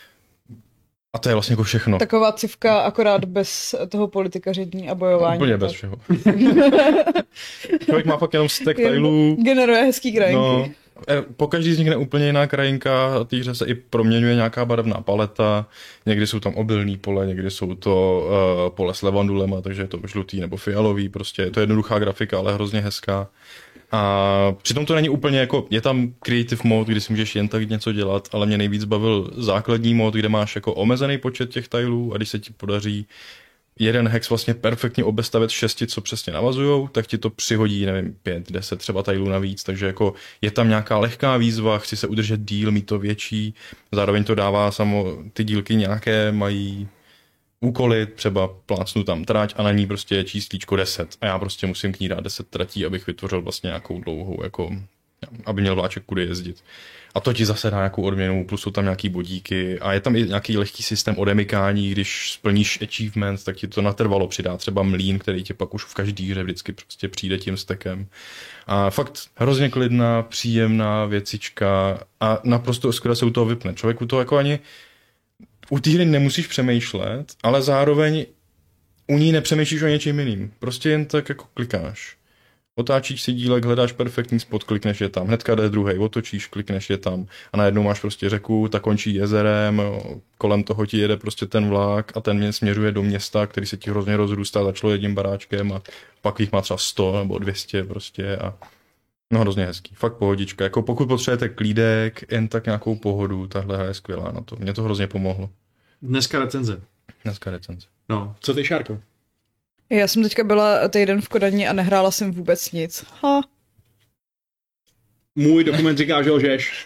A to je vlastně jako všechno. Taková civka, akorát bez toho politikaření a bojování. Úplně bez všeho. Člověk má fakt jenom stack tileů. Generuje hezký krajinky. No, po každý vznikne úplně jiná krajinka, a té hře se i proměňuje nějaká barevná paleta, někdy jsou tam obilný pole, někdy jsou to uh, pole s levandulema, takže je to žlutý nebo fialový, prostě je to jednoduchá grafika, ale hrozně hezká. A přitom to není úplně jako, je tam creative mode, kdy si můžeš jen tak něco dělat, ale mě nejvíc bavil základní mod, kde máš jako omezený počet těch tilů a když se ti podaří jeden hex vlastně perfektně obestavit šesti, co přesně navazujou, tak ti to přihodí, nevím, pět, deset třeba tilů navíc, takže jako je tam nějaká lehká výzva, chci se udržet díl, mít to větší, zároveň to dává samo, ty dílky nějaké mají úkoly, třeba plácnu tam trať a na ní prostě je číslíčko deset a já prostě musím k ní dát deset tratí, abych vytvořil vlastně nějakou dlouhou, jako, aby měl vláček kudy jezdit. A to ti zase dá nějakou odměnu, plus jsou tam nějaký bodíky a je tam i nějaký lehký systém odemykání, když splníš achievement, tak ti to natrvalo přidá třeba mlýn, který ti pak už v každý hře vždycky prostě přijde tím stekem. A fakt hrozně klidná, příjemná věcička a naprosto skvěle se u toho vypne. Člověk u toho jako ani u té hry nemusíš přemýšlet, ale zároveň u ní nepřemýšlíš o něčím jiným. Prostě jen tak jako klikáš. Otáčíš si dílek, hledáš perfektní spot, klikneš je tam, hnedka jde druhej, otočíš, klikneš je tam a najednou máš prostě řeku, ta končí jezerem, kolem toho ti jede prostě ten vlak a ten směřuje do města, který se ti hrozně rozrůstá, začalo jedním baráčkem a pak jich má třeba sto nebo dvě stě prostě a no hrozně hezký, fakt pohodička, jako pokud potřebujete klídek, jen tak nějakou pohodu, tahle hra je skvělá na to, mě to hrozně pomohlo. Dneska recenze. Dneska recenze. No, co ty, Šárko? Já jsem teďka byla týden v Kodani a nehrála jsem vůbec nic. Ha. Můj dokument říká, že lžeš.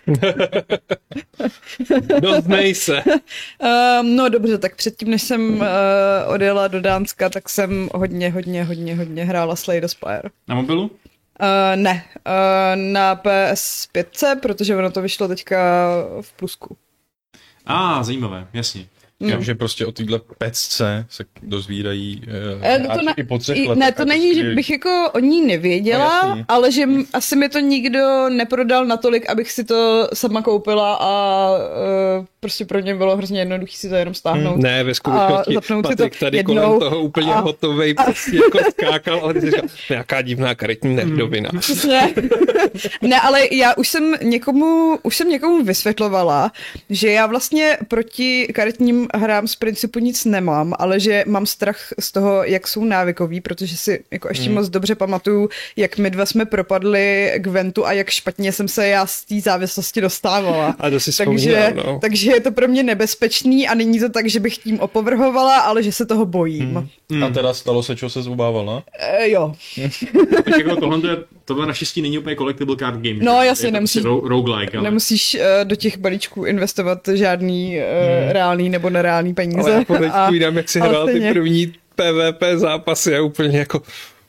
Doznej se. Um, no dobře, tak předtím, než jsem uh, odjela do Dánska, tak jsem hodně, hodně, hodně, hodně hrála Slay the Spire. Na mobilu? Uh, ne, uh, na P S pět, protože ono to vyšlo teďka v plusku. A, ah, zajímavé, jasně. Mm. Takže prostě o téhle pecce se dozvídají e, no to ne, i po třech i, letech. Ne, to není, že bych jako o ní nevěděla, no, ale že m, asi mi to nikdo neprodal natolik, abych si to sama koupila a uh, prostě pro mě bylo hrozně jednoduchý si to jenom stáhnout. Hmm. Ne, ve skutečnosti Patrik tady jednou, kolem toho úplně a, hotovej a, prostě jako skákal, ale ty jsi říkal, nějaká divná karetní nerdovina. Ne, ne, ale já už jsem někomu, už jsem někomu vysvětlovala, že já vlastně proti karetním hrám z principu nic nemám, ale že mám strach z toho, jak jsou návykový, protože si jako ještě mm. moc dobře pamatuju, jak my dva jsme propadli k Ventu a jak špatně jsem se já z té závislosti dostávala. A to si takže, no. takže je to pro mě nebezpečný a není to tak, že bych tím opovrhovala, ale že se toho bojím. Mm. A teda stalo se, čeho se zobávala? E, jo. jako tohle, je, tohle naštěstí není úplně collectible card game. No jasně, nemusíš, ro- roguelike, ale... nemusíš uh, do těch balíčků investovat žádný uh, hmm. reálný nebo nereálný peníze. Ale já pověď půjdám, jak si hrál ty první P V P zápasy a úplně jako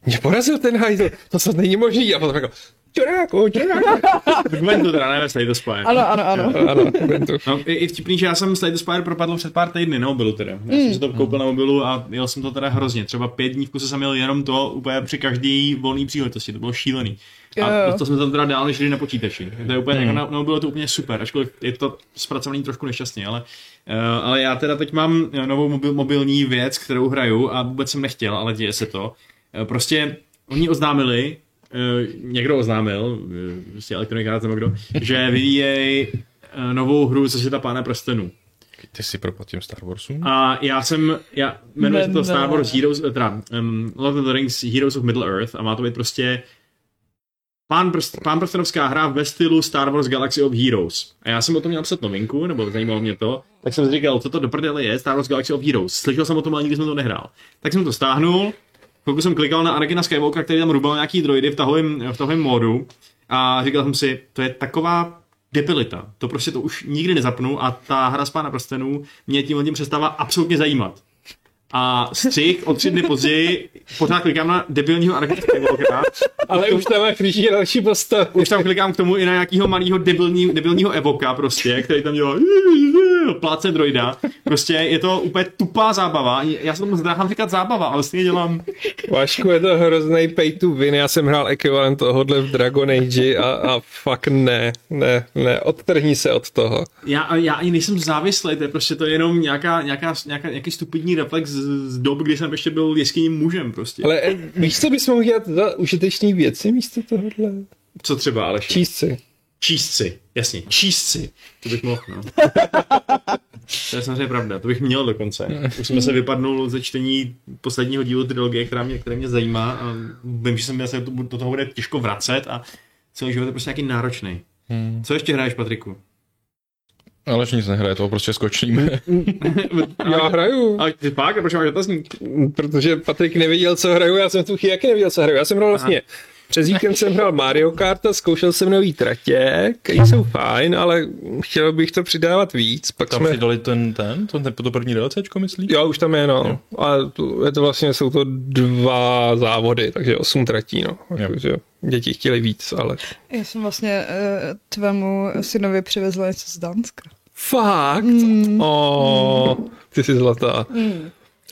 mě porazil ten hajzl, to snad není možný. A potom jako, čuráku, čuráku. V Gwentu teda, ne ve Slay the Spire. Ano, ano, ano. Ano, Gwentu. No, je, je vtipný, že já jsem Slay the Spire propadl před pár týdny na mobilu teda. Já mm. jsem si to koupil na mobilu a jel jsem to teda hrozně. Třeba pět dní v kuse jsem jel jenom to úplně při každý volný příležitosti. To bylo šílený. A Jo, jo. to, to jsme tam teda dál než na počítači. To je úplně, mm. jako na, na mobilu to úplně super, ačkoliv je to zpracovaný trošku nešťastně, ale, uh, ale já teda teď mám novou mobil, mobilní věc, kterou hraju a vůbec jsem nechtěl, ale děje se to. Uh, prostě oni oznámili, uh, někdo oznámil, uh, prostě Electronic Arts nebo kdo, že vyvíjejí uh, novou hru ze světa Pána prstenů. Ty si propad Star Warsům? A já jsem, já jmenuji se to Ne, Star ne. Wars Heroes, teda um, Lord of the Rings Heroes of Middle Earth a má to být prostě Pán, prst, pán prstenovská hra ve stylu Star Wars Galaxy of Heroes. A já jsem o tom měl napsat novinku, nebo zajímalo mě to, tak jsem si říkal, co to do prdele je Star Wars Galaxy of Heroes. Slyšel jsem o tom, ale nikdy jsem to nehrál. Tak jsem to stáhnul, chvilku jsem klikal na Anakina Skywalkera, který tam rubal nějaký droidy v tahovém, v tahovém módu a říkal jsem si, to je taková debilita. To prostě to už nikdy nezapnu a ta hra z Pána prstenů mě tímhle tím přestává absolutně zajímat. A střih o tři dny později pořád klikám na debilního Anakina Skywalkera. Ale už tam máš blíží další postavu. Už tam klikám k tomu i na nějakého malého debilní, debilního evoka prostě, který tam dělá pláce droida. Prostě je to úplně tupá zábava. Já se tomu zdráhám říkat zábava, ale stejně dělám. Vašku, je to hrozný pay to win. Já jsem hrál ekvivalent tohohle v Dragon Age a, a fakt ne, ne, ne, odtrhni se od toho. Já, já ani nejsem závislý, to je prostě to je jenom nějaká, nějaká, nějaká, nějaký stupidní reflex z, z dob, kdy jsem ještě byl jeskyním mužem prostě. Ale eh, víš, co bys mohl dělat za užitečný věci místo tohohle? Co třeba, Aleš? Číst si. Číst si, jasně, číst si. To bych mohl, no. To je samozřejmě pravda, to bych měl dokonce. Už jsme se vypadnul ze čtení posledního dílu trilogie, která mě, která mě zajímá a vím, že se mi se do toho bude těžko vracet a celý život je prostě nějaký náročný. Hmm. Co ještě hraješ, Patriku? Aleš nic nehraje, to prostě skočíme. Já hraju. Ale ty pak, proč máš dotazník? Protože Patrik nevěděl, co hraju, já jsem tu chvíli jaký nevěděl, co hraju. Já jsem hrál vlastně, přes víkend jsem hrál Mario Kart a zkoušel jsem nový tratě, který jsou fajn, ale chtěl bych to přidávat víc. Pak Tam jsme... přidali ten, ten, to, to první DLCčko, myslíš? Jo, už tam je, no. A to, je to vlastně, jsou to dva závody, takže osm tratí, no. Takže děti chtěli víc, ale... Já jsem vlastně uh, tvému synovi přivezla něco z Dánska. Fakt? Mm. Oh, ty jsi zlatá. Mm.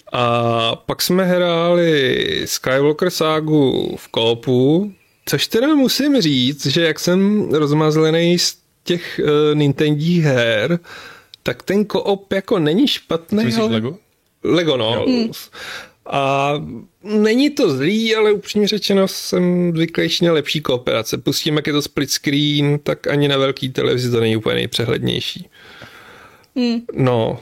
A pak jsme hráli Skywalker ságu v koopu, což teda musím říct, že jak jsem rozmazlený z těch uh, Nintendí her, tak ten koop jako není špatný. Myslíš ale... Lego? Lego, no. Mm. A není to zlý, ale upřímně řečeno jsem zvyklý na lepší kooperace. Pustím, jak je to split screen, tak ani na velký televizi to není úplně nejpřehlednější. Hmm. No,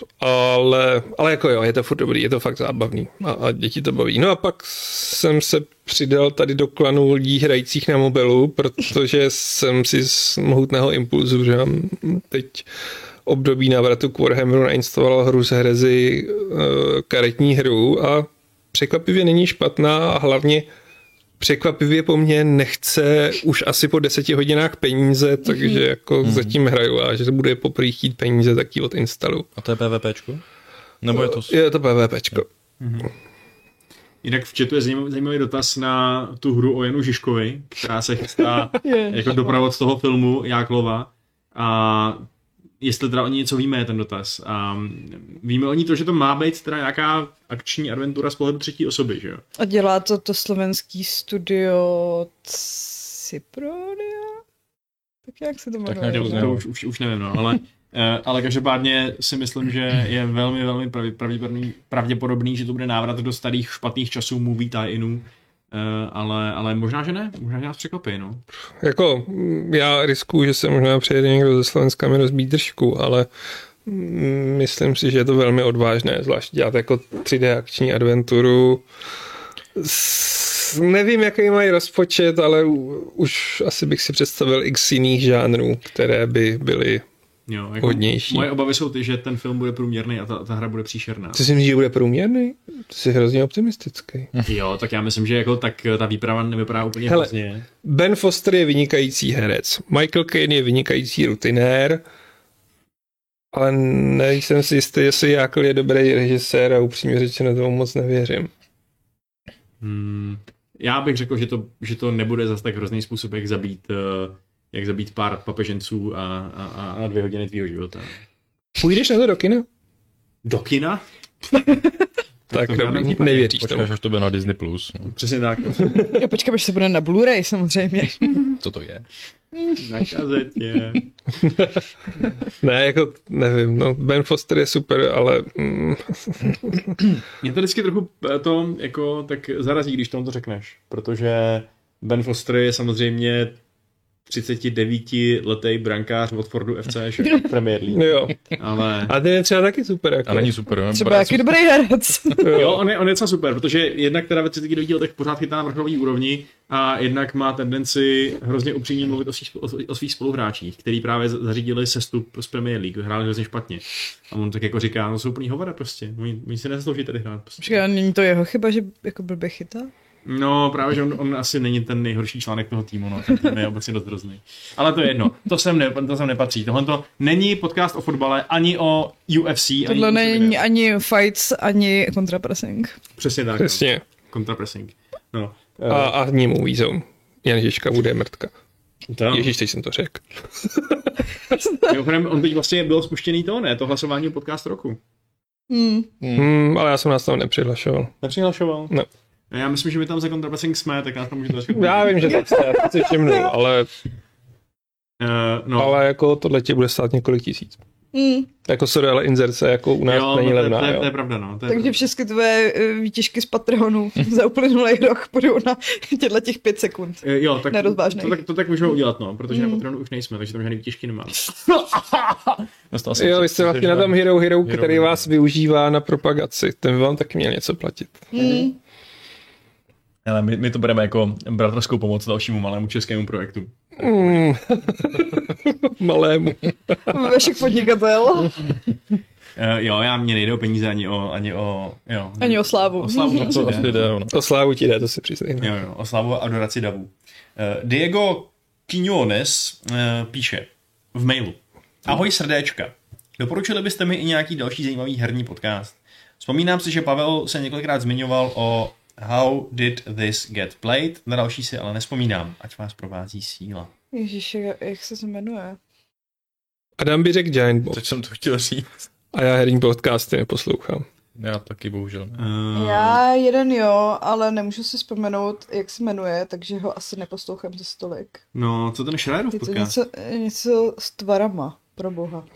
ale, ale jako jo, je to furt dobrý, je to fakt zábavný a, a děti to baví. No a pak jsem se přidal tady do klanu lidí hrajících na mobilu, protože jsem si z mohutného impulzu, že mám teď období návratu k Warhammeru nainstaloval hru z Heresy, karetní hru a překvapivě není špatná a hlavně překvapivě po mně nechce už asi po deseti hodinách peníze, takže jako mm. zatím hraju a že bude poprvé chtít peníze, tak ji odinstalu. A to je PvPčko? Nebo je to... Je to PvPčko. Mm-hmm. Jinak v chatu je zajímavý, zajímavý dotaz na tu hru o Janu Žižkovi, která se chystá jako doprovod toho filmu Jáklova a jestli teda o ní něco víme, je ten dotaz. A víme o ní to, že to má být teda nějaká akční adventura z pohledu třetí osoby, že jo? A dělá to to slovenský studio Cypronia? Tak jak se to jmenuje? To, to už, už, už nevím, no, ale, ale každopádně si myslím, že je velmi, velmi pravděpodobný, pravděpodobný, že to bude návrat do starých špatných časů movie tie-inů, ale, ale možná, že ne, možná, že nás překvapí, no. Jako, já riskuju, že se možná přejede někdo ze Slovenska mi rozbít držku, ale myslím si, že je to velmi odvážné, zvlášť dělat jako tři dé akční adventuru. S, nevím, jaký mají rozpočet, ale už asi bych si představil x jiných žánrů, které by byly jo, jako hodnější. Moje obavy jsou ty, že ten film bude průměrný a ta, ta hra bude příšerná. Ty si myslíš, že bude průměrný? Ty jsi hrozně optimistický. Jo, tak já myslím, že jako tak ta výprava nevypadá úplně Hele, hrozně. Ben Foster je vynikající herec. Michael Caine je vynikající rutinér, ale nejsem si jistý, jestli Jákl je dobrý režisér a upřímně řečeno tomu moc nevěřím. Hmm, já bych řekl, že to, že to nebude zase tak hrozný způsob, jak zabít, uh, jak zabít pár papeženců a, a, a dvě hodiny tvýho života. Půjdeš na to do kina? Do kina? Tak to dobrý, nevěříš tomu. Počkáš, až to bude na Disney plus. No. Přesně tak. Já počkám, až se bude na Blu-ray samozřejmě. Co to je? Na kazetě. Ne, jako nevím, no Ben Foster je super, ale mm, Mě to vždycky trochu to jako tak zarazí, když tomu to řekneš, protože Ben Foster je samozřejmě třicetidevítiletý brankář Watfordu F C Premier League. jo. Ale A ten je třeba taky super. Jako. A není super. Ne? Třeba jaký dobrý herec. jo, on je, on je docela super, protože jednak teda ve třiceti devíti letech pořád chytá na vrcholový úrovni a jednak má tendenci hrozně upřímně mluvit o svých, o, o svých spoluhráčích, který právě zařídili sestup z Premier League, hráli hrozně špatně. A on tak jako říká, no jsou úplný hovada prostě, oni, oni si nezaslouží tady hrát. Prostě. Počkej, není to jeho chyba, že jako blbě chytá? No, právě, že on, on asi není ten nejhorší článek toho týmu, no, ten tým je obecně dost hrozný. Ale to je jedno, to sem, ne, to sem nepatří. Tohle to není podcast o fotbale, ani o U F C. Tohle ani není ani fights, ani kontrapressing. Přesně tak. Přesně. Kontrapressing. No. A, a ní movie zone. Jan Žižka bude mrtka. To, Ježíš, teď jsem to řekl. on teď vlastně byl spuštěný to, ne? To hlasování o podcast roku. Hmm. Hmm, ale já jsem nás tam nepřihlašoval. Nepřihlašoval? Ne. Já myslím, že my tam za kontrapressing jsme, tak nás tam můžete říkat. Já vím, že tak jste, já si všimnu, ale, Uh, no. ale jako tohle tě bude stát několik tisíc. Hmm. Jako sorry, ale inzerce jako u nás jo, není no, to, levná. to, je, jo. to je pravda, no. To je Takže pravda. všechny tvoje eh, výtěžky z Patreonu za uplynulý rok budou na těchto těch pět sekund. Eh, Jo, tak to, Nerozvážnej. to, tak, to tak můžeme udělat, no, protože Mm. na Patreonu už nejsme, takže tam žádný výtěžky nemáme. Jo, vy jste vlastně na tom Hero Hero, který vás využívá na propagaci. Ten by vám taky měl něco platit. Hmm. Ale my, my to bereme jako bratrskou pomoc dalšímu malému českému projektu. Mm. Malému. Vašek podnikatel. Uh, jo, já mě nejde o peníze ani o, ani o, jo. Ani o slávu. O slávu To to asi jde, no. O slávu ti jde, to si přiznejme. Jo, jo, o slávu a adoraci davů. Uh, Diego Quiñones uh, píše v mailu. Ahoj srdéčka. Doporučili byste mi i nějaký další zajímavý herní podcast? Vzpomínám si, že Pavel se několikrát zmiňoval o How Did This Get Played? Na další si ale nespomínám, ať vás provází síla. Ježiš, jak jak se to jmenuje? Adam by řekl Giant Bomb. Teď jsem to chtěl říct. A já herní podcasty neposlouchám. Já taky bohužel. Ne. Uh, Já jeden jo, ale nemůžu si vzpomenout, jak se jmenuje, takže ho asi neposlouchám ze stolik. No, co ten Schreiderův Je to podcast? něco, něco s tvarama, pro boha.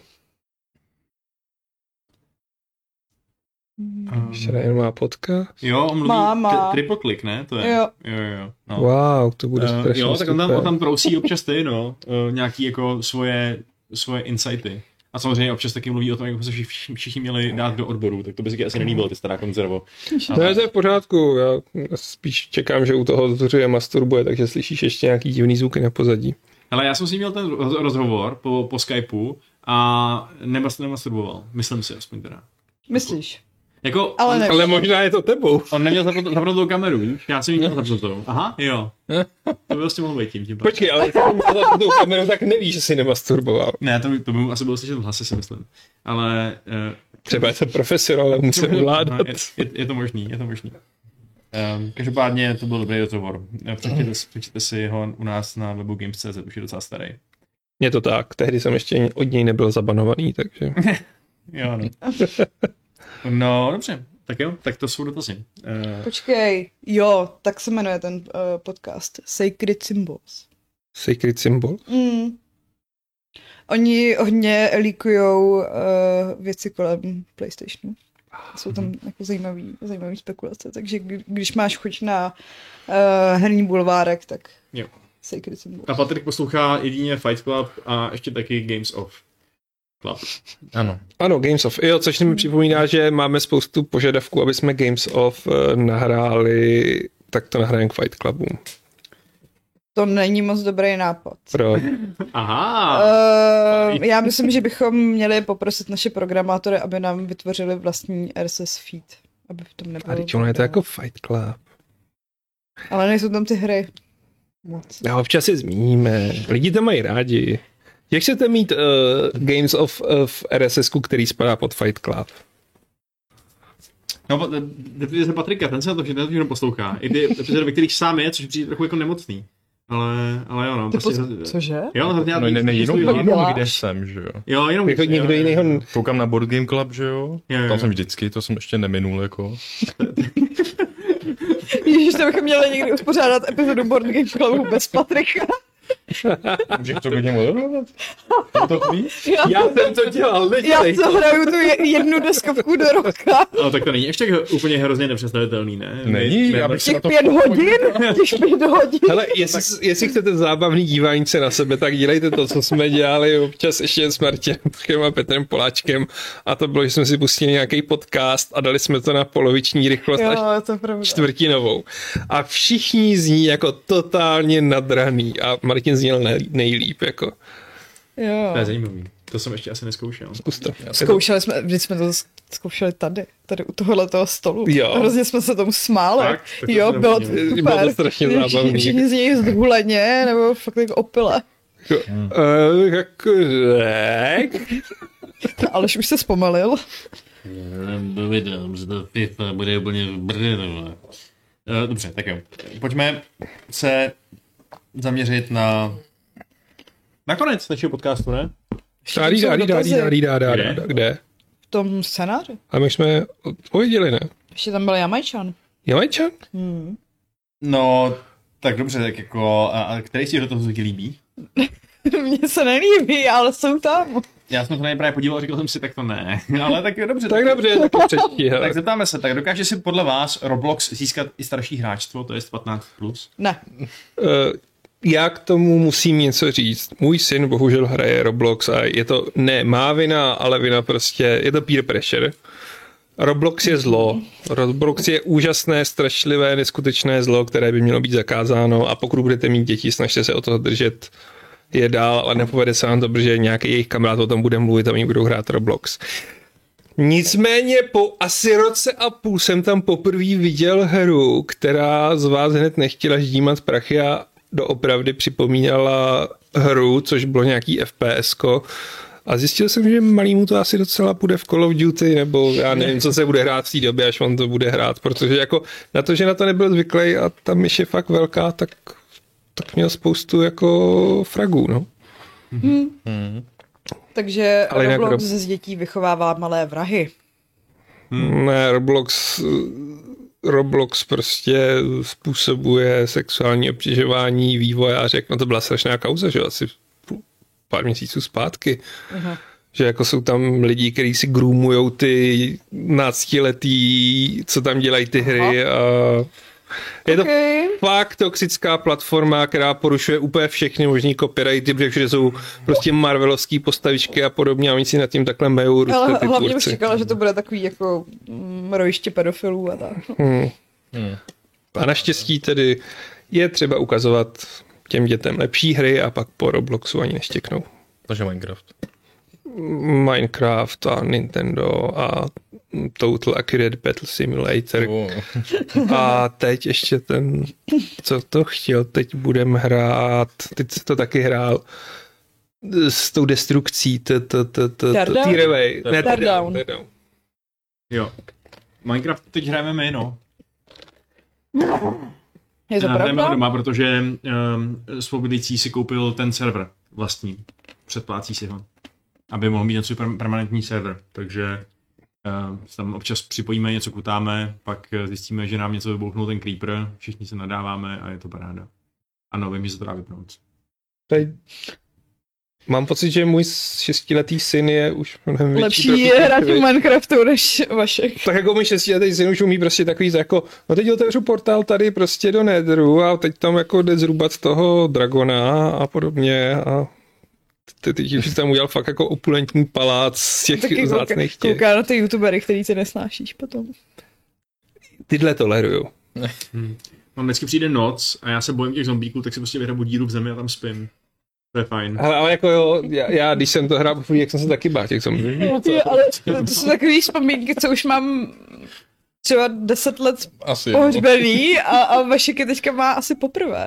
Um, Schreier má podcast. jo, on mluví Má, má. tri- tripoklik, ne? To je. Jo. Jo, jo, jo. No. Wow, to bude Uh, strašně jo, tak on tam, super. on tam prousí občas ty, no, uh, nějaký jako svoje, svoje insighty. A samozřejmě občas taky mluví o tom, jak se všichni, všichni měli dát do odboru, tak to by se asi nelíbilo, ty stará konzervo. Ne, to je v pořádku, já spíš čekám, že u toho zuřuje masturbuje, takže slyšíš ještě nějaký divný zvuky na pozadí. Ale já jsem si měl ten roz- rozhovor po, po Skypeu a nemas- nemasturboval, myslím si aspoň teda. Myslíš? Jako, Ale on, ne. Ale možná je to tebou. on neměl zapnutou, zapnutou kameru, víš? Já jsem ji měl zapnutou. Aha, jo. To by vlastně mohlo být tím. tím pádem. Počkej, ale když jsi měl tu kameru, tak nevíš, že jsi nemasturboval. Ne, to by, to by mu asi bylo slyšet v hlase, si myslím. Ale... Uh, Třeba je to profesionál, ale musím ovládat. je, je, je, to možný, je to možný. Um, každopádně to byl dobrý rozhovor. Přečtěte, přečtěte si ho u nás na webu games tečka cé zet, už je docela starý. Je to tak, tehdy jsem ještě od něj nebyl zabanovaný, takže... Jo, no. No, dobře. Tak jo, tak to jsou dotazy. Uh, Počkej, jo, tak se jmenuje ten uh, podcast. Sacred Symbols. Sacred Symbol? Mm. Oni hodně líkujou uh, věci kolem PlayStationu. Jsou tam jako zajímavý, zajímavý spekulace, takže kdy, když máš chuť na uh, herní bulvárek, tak Jo. Sacred Symbols. a Patrik poslouchá jedině Fight Club a ještě taky Games of Club. Ano. Ano, Games of. Jo, což mi připomíná, že máme spoustu požadavků, aby jsme Games of uh, nahráli, tak to nahrajeme k Fight Clubu. To není moc dobrý nápad. Pro... Aha! Uh, já myslím, že bychom měli poprosit naše programátory, aby nám vytvořili vlastní R S S feed. Aby v tom nebylo. A teď ono je to jako Fight Club. Ale nejsou tam ty hry. Moc. Já občas si zmíníme. Lidi to mají rádi. Jak chcete mít uh, Games of uh, v R S S ku, který spadá pod Fight Club? No, epizoda Patrika, ten se na to všechno, všechno poslouchá. I ty epizody, ve kterých sám je, což přijde trochu jako nemocný. Ale, ale jo, no. Prostě, po, cože? Jo, hrozně no, ne, ne, jenom, jenom kde jsem, že jo. Jo, jenom jako někdo jiného. Koukám na Board Game Club, že jo. jo, jo. Tam jsem vždycky, to jsem ještě neminul, jako. Ježiš, to bychom měli někdy uspořádat epizodu Board Game Clubu bez Patrika. Můžeš to klidně moderovat? To Já, já jsem to dělal, nedělej. Já to hraju tu jednu deskovku do roka. No tak to není ještě úplně hrozně nepředstavitelný, ne? Není, já bych Těch pět hodin, těch pět hodin. Hele, jestli, jestli chcete zábavný dívání se na sebe, tak dělejte to, co jsme dělali občas ještě s Martinem a Petrem Poláčkem. A to bylo, že jsme si pustili nějaký podcast a dali jsme to na poloviční rychlost Jo, až to je pravda. čtvrtinovou. A všichni zní jako totálně nadraný a Martin zněl nejlíp, jako. Jo. To je zajímavý. To jsem ještě asi neskoušel. Zkus to. Zkoušeli jsme, vždyť jsme to zkoušeli tady, tady u tohohletoho stolu. Jo. Hrozně jsme se tomu smáli. Fakt? Tak to Jo, jsem bylo to neměl. super. Bylo to strašně zábavný. Všichni z něj zdhuleně, nebo fakt jako opile. Hmm. Uh, jako řek. Aleš už se zpomalil. Dovidám, že to FIFA bude úplně brnové. Dobře, tak jo. Pojďme se zaměřit na nakonec našeho podcastu, ne? Dádí, dádí, dádí, dádí, dádí, dádí, kde? V tom scénáři. A my jsme odpověděli, ne? Ještě tam byl Jamajčan. Jamajčan? Hmm. No, tak dobře, tak jako, a, a který si do toho zvyky líbí? Mně se nelíbí, ale jsou tam. Já jsem to na ně právě podíval a říkal jsem si, tak to ne. Ale tak jo, dobře. Tak dobře, tak to přečti. Tak zeptáme se, tak dokáže si podle vás Roblox získat i starší hráčstvo, to je patnáct plus? Ne. Uh, já k tomu musím něco říct. Můj syn bohužel hraje Roblox a je to ne má vina, ale vina prostě, je to peer pressure. Roblox je zlo. Roblox je úžasné, strašlivé, neskutečné zlo, které by mělo být zakázáno a pokud budete mít děti, snažte se o toho držet je dál, ale nepovede se vám to, protože nějaký jejich kamarád o tom bude mluvit a oni budou hrát Roblox. Nicméně po asi roce a půl jsem tam poprvé viděl hru, která z vás hned nechtěla ždímat prachy a doopravdy připomínala hru, což bylo nějaký F P S ko. A zjistil jsem, že malýmu to asi docela bude v Call of Duty, nebo já nevím, co se bude hrát v té době, až on to bude hrát, protože jako na to, že na to nebyl zvyklý a ta myš je fakt velká, tak, tak měl spoustu jako fragů, no. Hmm. Hmm. Takže ale Roblox Rob... z dětí vychovává malé vrahy. Hmm. Ne, Roblox... Roblox prostě způsobuje sexuální obtěžování vývojářek, no to byla strašná kauza, že asi pár měsíců zpátky, uh-huh. že jako jsou tam lidi, kteří si groomujou ty náctiletý, co tam dělají ty hry uh-huh. a je okay. to fakt toxická platforma, která porušuje úplně všechny možný copyrighty, protože všude jsou prostě marvelovský postavičky a podobně a oni si nad tím takhle majou různé ty tvůrci. Ale hlavně bych čekala, že to bude takový jako rojiště pedofilů a tak. Hmm. Hmm. A naštěstí tedy je třeba ukazovat těm dětem lepší hry a pak po Robloxu ani neštěknou. Takže Minecraft. Minecraft a Nintendo a Total Accurate Battle Simulator. Oh. A teď ještě ten, co to chtěl, teď budeme hrát, teď se to taky hrál s tou destrukcí Tearaway. Ne, Teardown. Jo. Minecraft teď hrajeme my, no. Je to pravda? Doma, protože um, Svobodící si koupil ten server vlastní. Předplácí si ho. Aby mohl mít něco permanentní server. Takže uh, tam občas připojíme, něco kutáme, pak zjistíme, že nám něco vybouchnul ten creeper, všichni se nadáváme a je to paráda. Ano, vím, že se to dá vypnout. Tady... Mám pocit, že můj šestiletý syn je už mnohem větší. Lepší je hrát v Minecraftu než Vašek. Tak jako můj šestiletý syn už umí prostě takový jako, no teď otevřu portál tady prostě do Netheru a teď tam jako jde zhrubat z toho dragona a podobně a teď už tam udělal fakt jako opulentní palác z těch vzácných těch. Kouká na ty youtubery, který ty nesnášíš potom. Tyhle toleruju. Hmm. No vždycky přijde noc a já se bojím těch zombíků, tak si prostě vyhrabu díru v zemi a tam spím. To je fajn. Ale, ale jako jo, já, já když jsem to hrál poprvé, jak jsem se taky bál těch zombí. No, ale to, to jsou takový vzpomínky, co už mám třeba deset let pohřbený a, a Vašek je teďka má asi poprvé.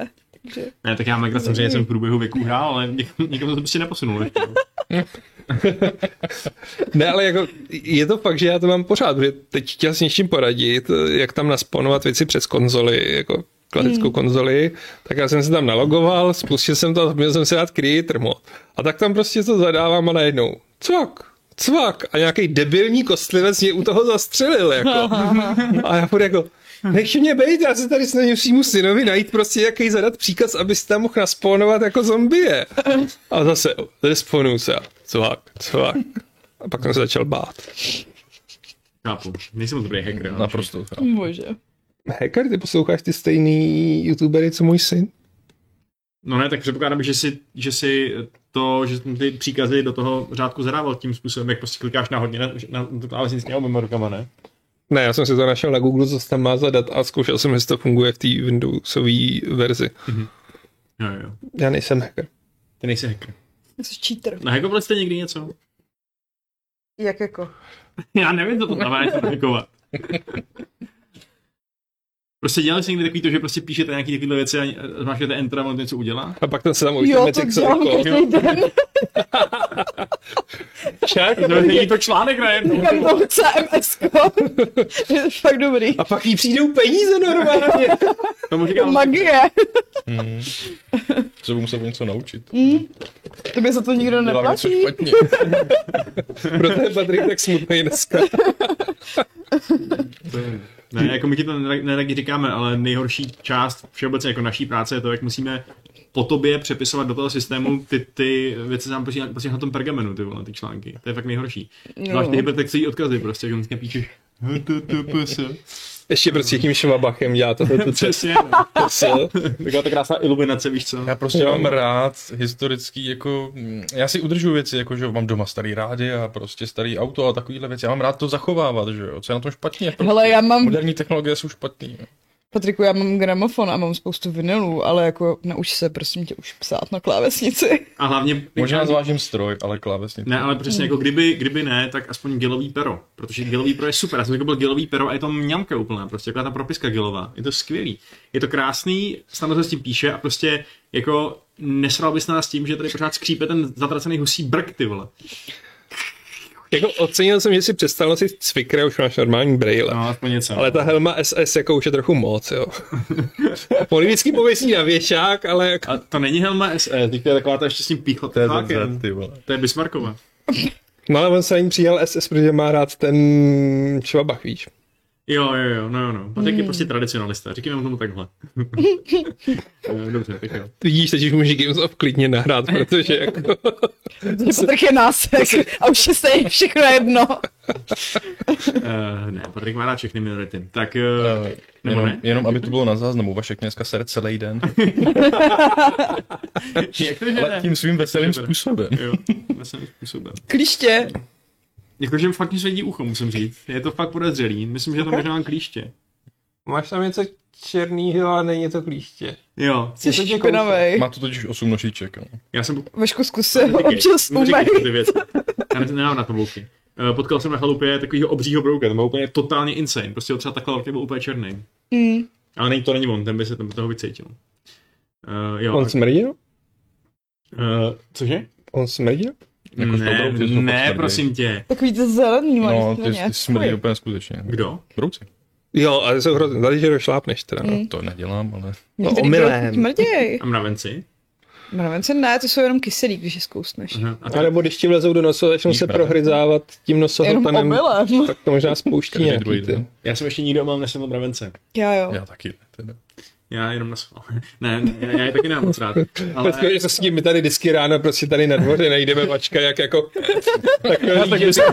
Že... Ne, tak já Minecraft samozřejmě jsem v průběhu věku hrál, ale někam, někam to prostě neposunul. Ještě, no. Ne, ale jako je to fakt, že já to mám pořád, protože teď chtěl s něčím poradit, jak tam nasponovat věci přes konzoli, jako klasickou hmm. konzoli, tak já jsem se tam nalogoval, spustil jsem to a měl jsem se dát creator mod. A tak tam prostě to zadávám a najednou cvak, cvak a nějaký debilní kostlivec mě u toho zastřelil, jako. A já furt jako, nech mě bejt, já se tady snažím svýmu synovi najít prostě jaký zadat příkaz, abys tam mohl nasponovat jako zombie. A zase, responuju se, cvak, cvak. A pak jsem se začal bát. Chápu, nejsem dobrý hacker. Naprosto. Bože. Hacker, ty posloucháš ty stejný youtubery, co můj syn? No ne, tak předpokládám, že si, že si to, že ty příkazy do toho řádku zadával tím způsobem, jak prostě klikáš na hodně na, na, na klávesnici oběma rukama, ne? Ne, já jsem si to našel na Google, co tam má zadat a zkoušel jsem, jestli to funguje v té Windowsové verzi. Mm-hmm. Jo, jo. Já nejsem hacker. Ty nejsi hacker. Jsi cheater. Nahackovali jste někdy něco? Jak jako? Já nevím, co to znamená, něco nahackovat. Prostě dělali jste někdy takový to, že prostě píšete nějaký takovýhle věci a zmáškujete enter a on něco udělá? A pak ten se tam Jo, to dělám každý den. Čak, to není to článek najednou. Říkám to C M S ko. Je to fakt dobrý. A pak jí přijdou peníze normálně. Tomu říkám magie. Mm. Co by musel něco naučit. Mm. To by za to nikdo Dělám něco neplatí. špatně. Proto je Patrik tak smutný dneska. Ne, jako my ti to neradi říkáme, ale nejhorší část všeobecně jako naší práce je to, jak musíme po tobě přepisovat do toho systému ty, ty věci tam prostě, prostě na tom pergamenu, ty vole, ty články. To je fakt nejhorší. No. Máš ty hypertextový odkazy prostě, jak dneska píšeš H T T P S. Ještě prostě tím švabachem dělá to. Přesně. Taková ta krásná iluminace, víš co? Já prostě mám rád historický, jako, já si udržuju věci, jako, že mám doma starý rádio a prostě starý auto a takovýhle věci. Já mám rád to zachovávat, že jo, co je na tom špatně. Prostě. Hele, já mám... Moderní technologie jsou špatný. Jo. Patriku, já mám gramofon a mám spoustu vinylů, ale jako nauč se, prosím tě, už psát na klávesnici. A hlavně... Možná zvážím stroj, ale klávesnici. Ne, ale přesně, jako kdyby, kdyby ne, tak aspoň gelový pero, protože gelový pero je super. Já jsem jako byl gelový pero a je to mňamka úplná, prostě jako ta propiska gelová. Je to skvělý. Je to krásný, snadno se s tím píše a prostě jako nesral bys nás s tím, že tady pořád skřípe ten zatracený husí brk, ty vole. Jako ocenil jsem, že si přestal nosit cvikry, už máš normální brejle. No, aspoň něco. Ale ta helma S S jako už je trochu moc, jo. On vždycky pověsí na věšák, ale... Jako... A to není helma S E, teď to je taková ta ještě s tím píchlem. To je ten ty vole. To je Bismarckova. No ale on se ani přijal S S, protože má rád ten švabach, víš. Jo, jo, jo, no, jo, no. Patrik je prostě tradicionalista, říkejme tomu takhle. Dobře, tak jo. Vidíš, teď už může Games of klidně nahrát, protože jako... Patrik je násek a už je stejně všechno jedno. uh, ne, Patrik má rád všechny minority. Tak, uh, uh, nebo jenom, ne? jenom, aby to bylo na záznamu, Vašek dneska sere celý den. Jak to, že Ale ne? tím svým veselým způsobem. Jo, veselým způsobem. Klíště. Jakože fakt mi svědí ucho, musím říct. Je to fakt podezřelý. Myslím, že to možná mám klíště. Máš tam něco černýho a není to klíště. Jo. Jsi špinavej. Má to totiž osm nožiček. No. Já jsem... Vašku, zkus se ho Říkej, občas no, říkej umej. ty věci. Já ne- nemám na tabulky. Uh, Potkal jsem na chalupě takovýho obřího brouka, ten byl úplně totálně insane. Prostě třeba takhle velký byl úplně černý. Mm. Ale nej, to není on, ten by se tam toho vycítil. Uh, jo. On tak, smrdí? uh, cože? On smrdí? Jako Ne, brouci jsou ne, fakt prosím tě. Takový to zelený má. No, ty, ty smrdí úplně skutečně. Kdo? Brouci. Jo, ale jsou hrozně, tady, že došlápneš teda, no. Mm. To nedělám, ale... No, omylem. Smrděj. A mravenci? Mravence ne, to jsou jenom kyselý, když je zkousneš. Aha. A A tak, nebo když ti vlezou do nosu a začnou Jíš se právě. prohryzávat tím Jenom nosohltanem, omylem. tak to možná spouští Každý druhý nějaký ty. den. já jsem ještě nikdy omylem nesnědl mravence. Já jo. Já taky ne. Teda. Já jenom nas... Ne, ne, já, já je taky nemám moc rád. Ale... Ale... Co s tím, my tady vždycky ráno prostě tady na dvoře najdeme Vačka, jak jako... tak Já, tak bys...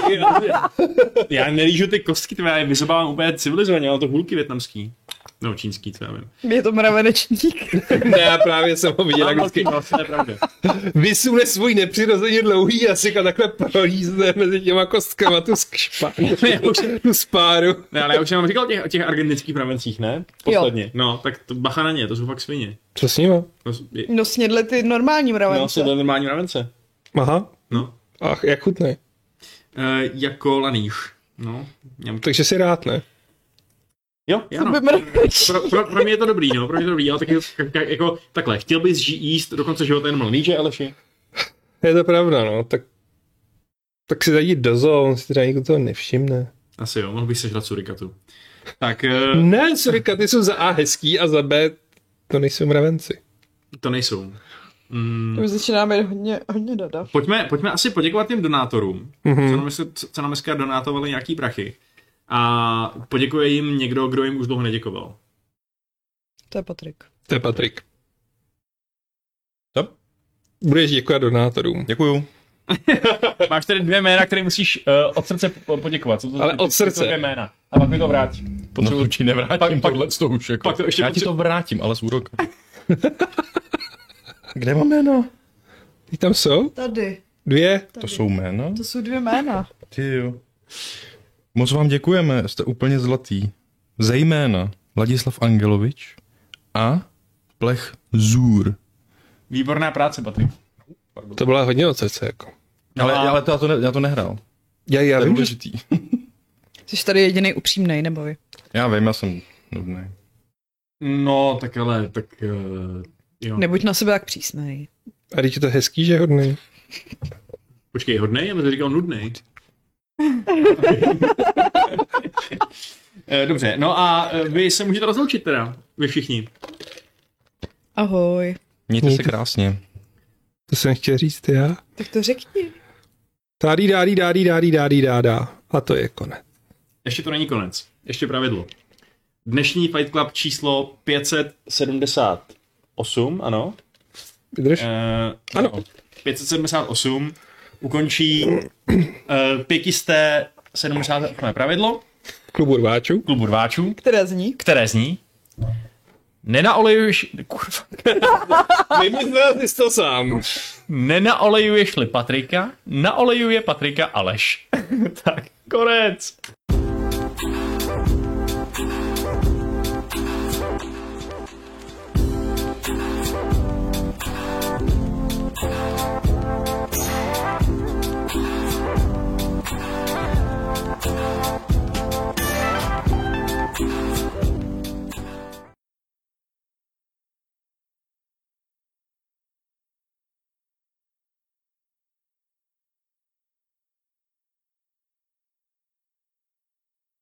já nelížu ty kostky, tvé, já je vyzobávám úplně civilizovaně, ale to hůlky větnamský. No, čínský, co já vím. Je to mravenečník. ne, já právě jsem ho viděl, jak vždycky No, to je pravda. vysune svůj nepřirozeně dlouhý jazyk a takhle prolízne mezi těma kostkama tu skšpáru, tu spáru. Ne, ale já už jsem vám říkal o těch, o těch argentinských mravencích, ne? Posledně. No, tak to bacha na ně, to jsou fakt svině. Co s nima? No, je, No snědli ty normální no mravence. jsou to normální mravence. Aha, No. ach, jak chutnej. E, jako lanýš. No, něm... Takže si rád, ne? Jo, ano. Pro, pro, pro mě je to dobrý, no, pro mě je to dobrý, ale taky jako takhle, chtěl bys jíst do konce života jenom lníče, Aleši? Je to pravda, no, tak tak si zajít do zoo, on si teda nikdo toho nevšimne. Asi jo, mohl bych sežrat surikatu. Tak... Uh... Ne, surikaty jsou za A hezký a za B to nejsou mravenci. To nejsou. Mm. To už začíná být hodně, hodně dada. Pojďme, pojďme asi poděkovat těm donátorům, mm-hmm. co, nám, co nám dneska donátovali nějaký prachy. A poděkuje jim někdo, kdo jim už dlouho neděkoval. To je Patrik. To je Patrik. Co? Budeš děkovat donátorům. Děkuju. Máš tady dvě jména, které musíš uh, od srdce poděkovat. Co to Ale od srdce. Dvě jména. A pak mi to vrátí. Potřebuji... No to ti nevrátím, pak, tohle to už jako. Pak to ještě Já potře... ti to vrátím, ale z úroka. Kde mám jména? Ty tam jsou? Tady. Dvě? Tady. To jsou jména? To jsou dvě jména. Ty jo. Moc vám děkujeme, jste úplně zlatý. Zejména Ladislav Angelovič a Plech Zůr. Výborná práce, Patrik. To byla hodně od srdce, jako. No ale, a... ale to, já, to ne, já to nehrál. Já, já to je vím, důležitý. Jsi tady jedinej upřímnej, nebo vy? Já vím, já jsem nudný. No, tak ale, tak uh, jo. Nebuď na sebe tak přísnej. A teď je to hezký, že hodný. Počkej, hodnej? Já bych říkal nudnej. Dobře, no a vy se můžete rozloučit teda, vy všichni. Ahoj. Mějte se krásně. To jsem chtěl říct já. Tak to řekni. Tady dádí, dádí, dádí, dádí, dádá. A to je konec. Ještě to není konec. Ještě pravidlo. Dnešní Fight Club číslo pět set sedmdesát osm, ano? Vydrž? Uh, ano. pět set sedmdesát osm ukončí uh, pětisté sedmdesát osm pravidlo. Klubu rváčů. Klubu rváčů. Které zní? Které zní? Nenaolejuješ... Kurva. Vymyslel jsi to sám. Nenaolejuješ-li Patrika, naolejuje Patrika Aleš. Tak, konec.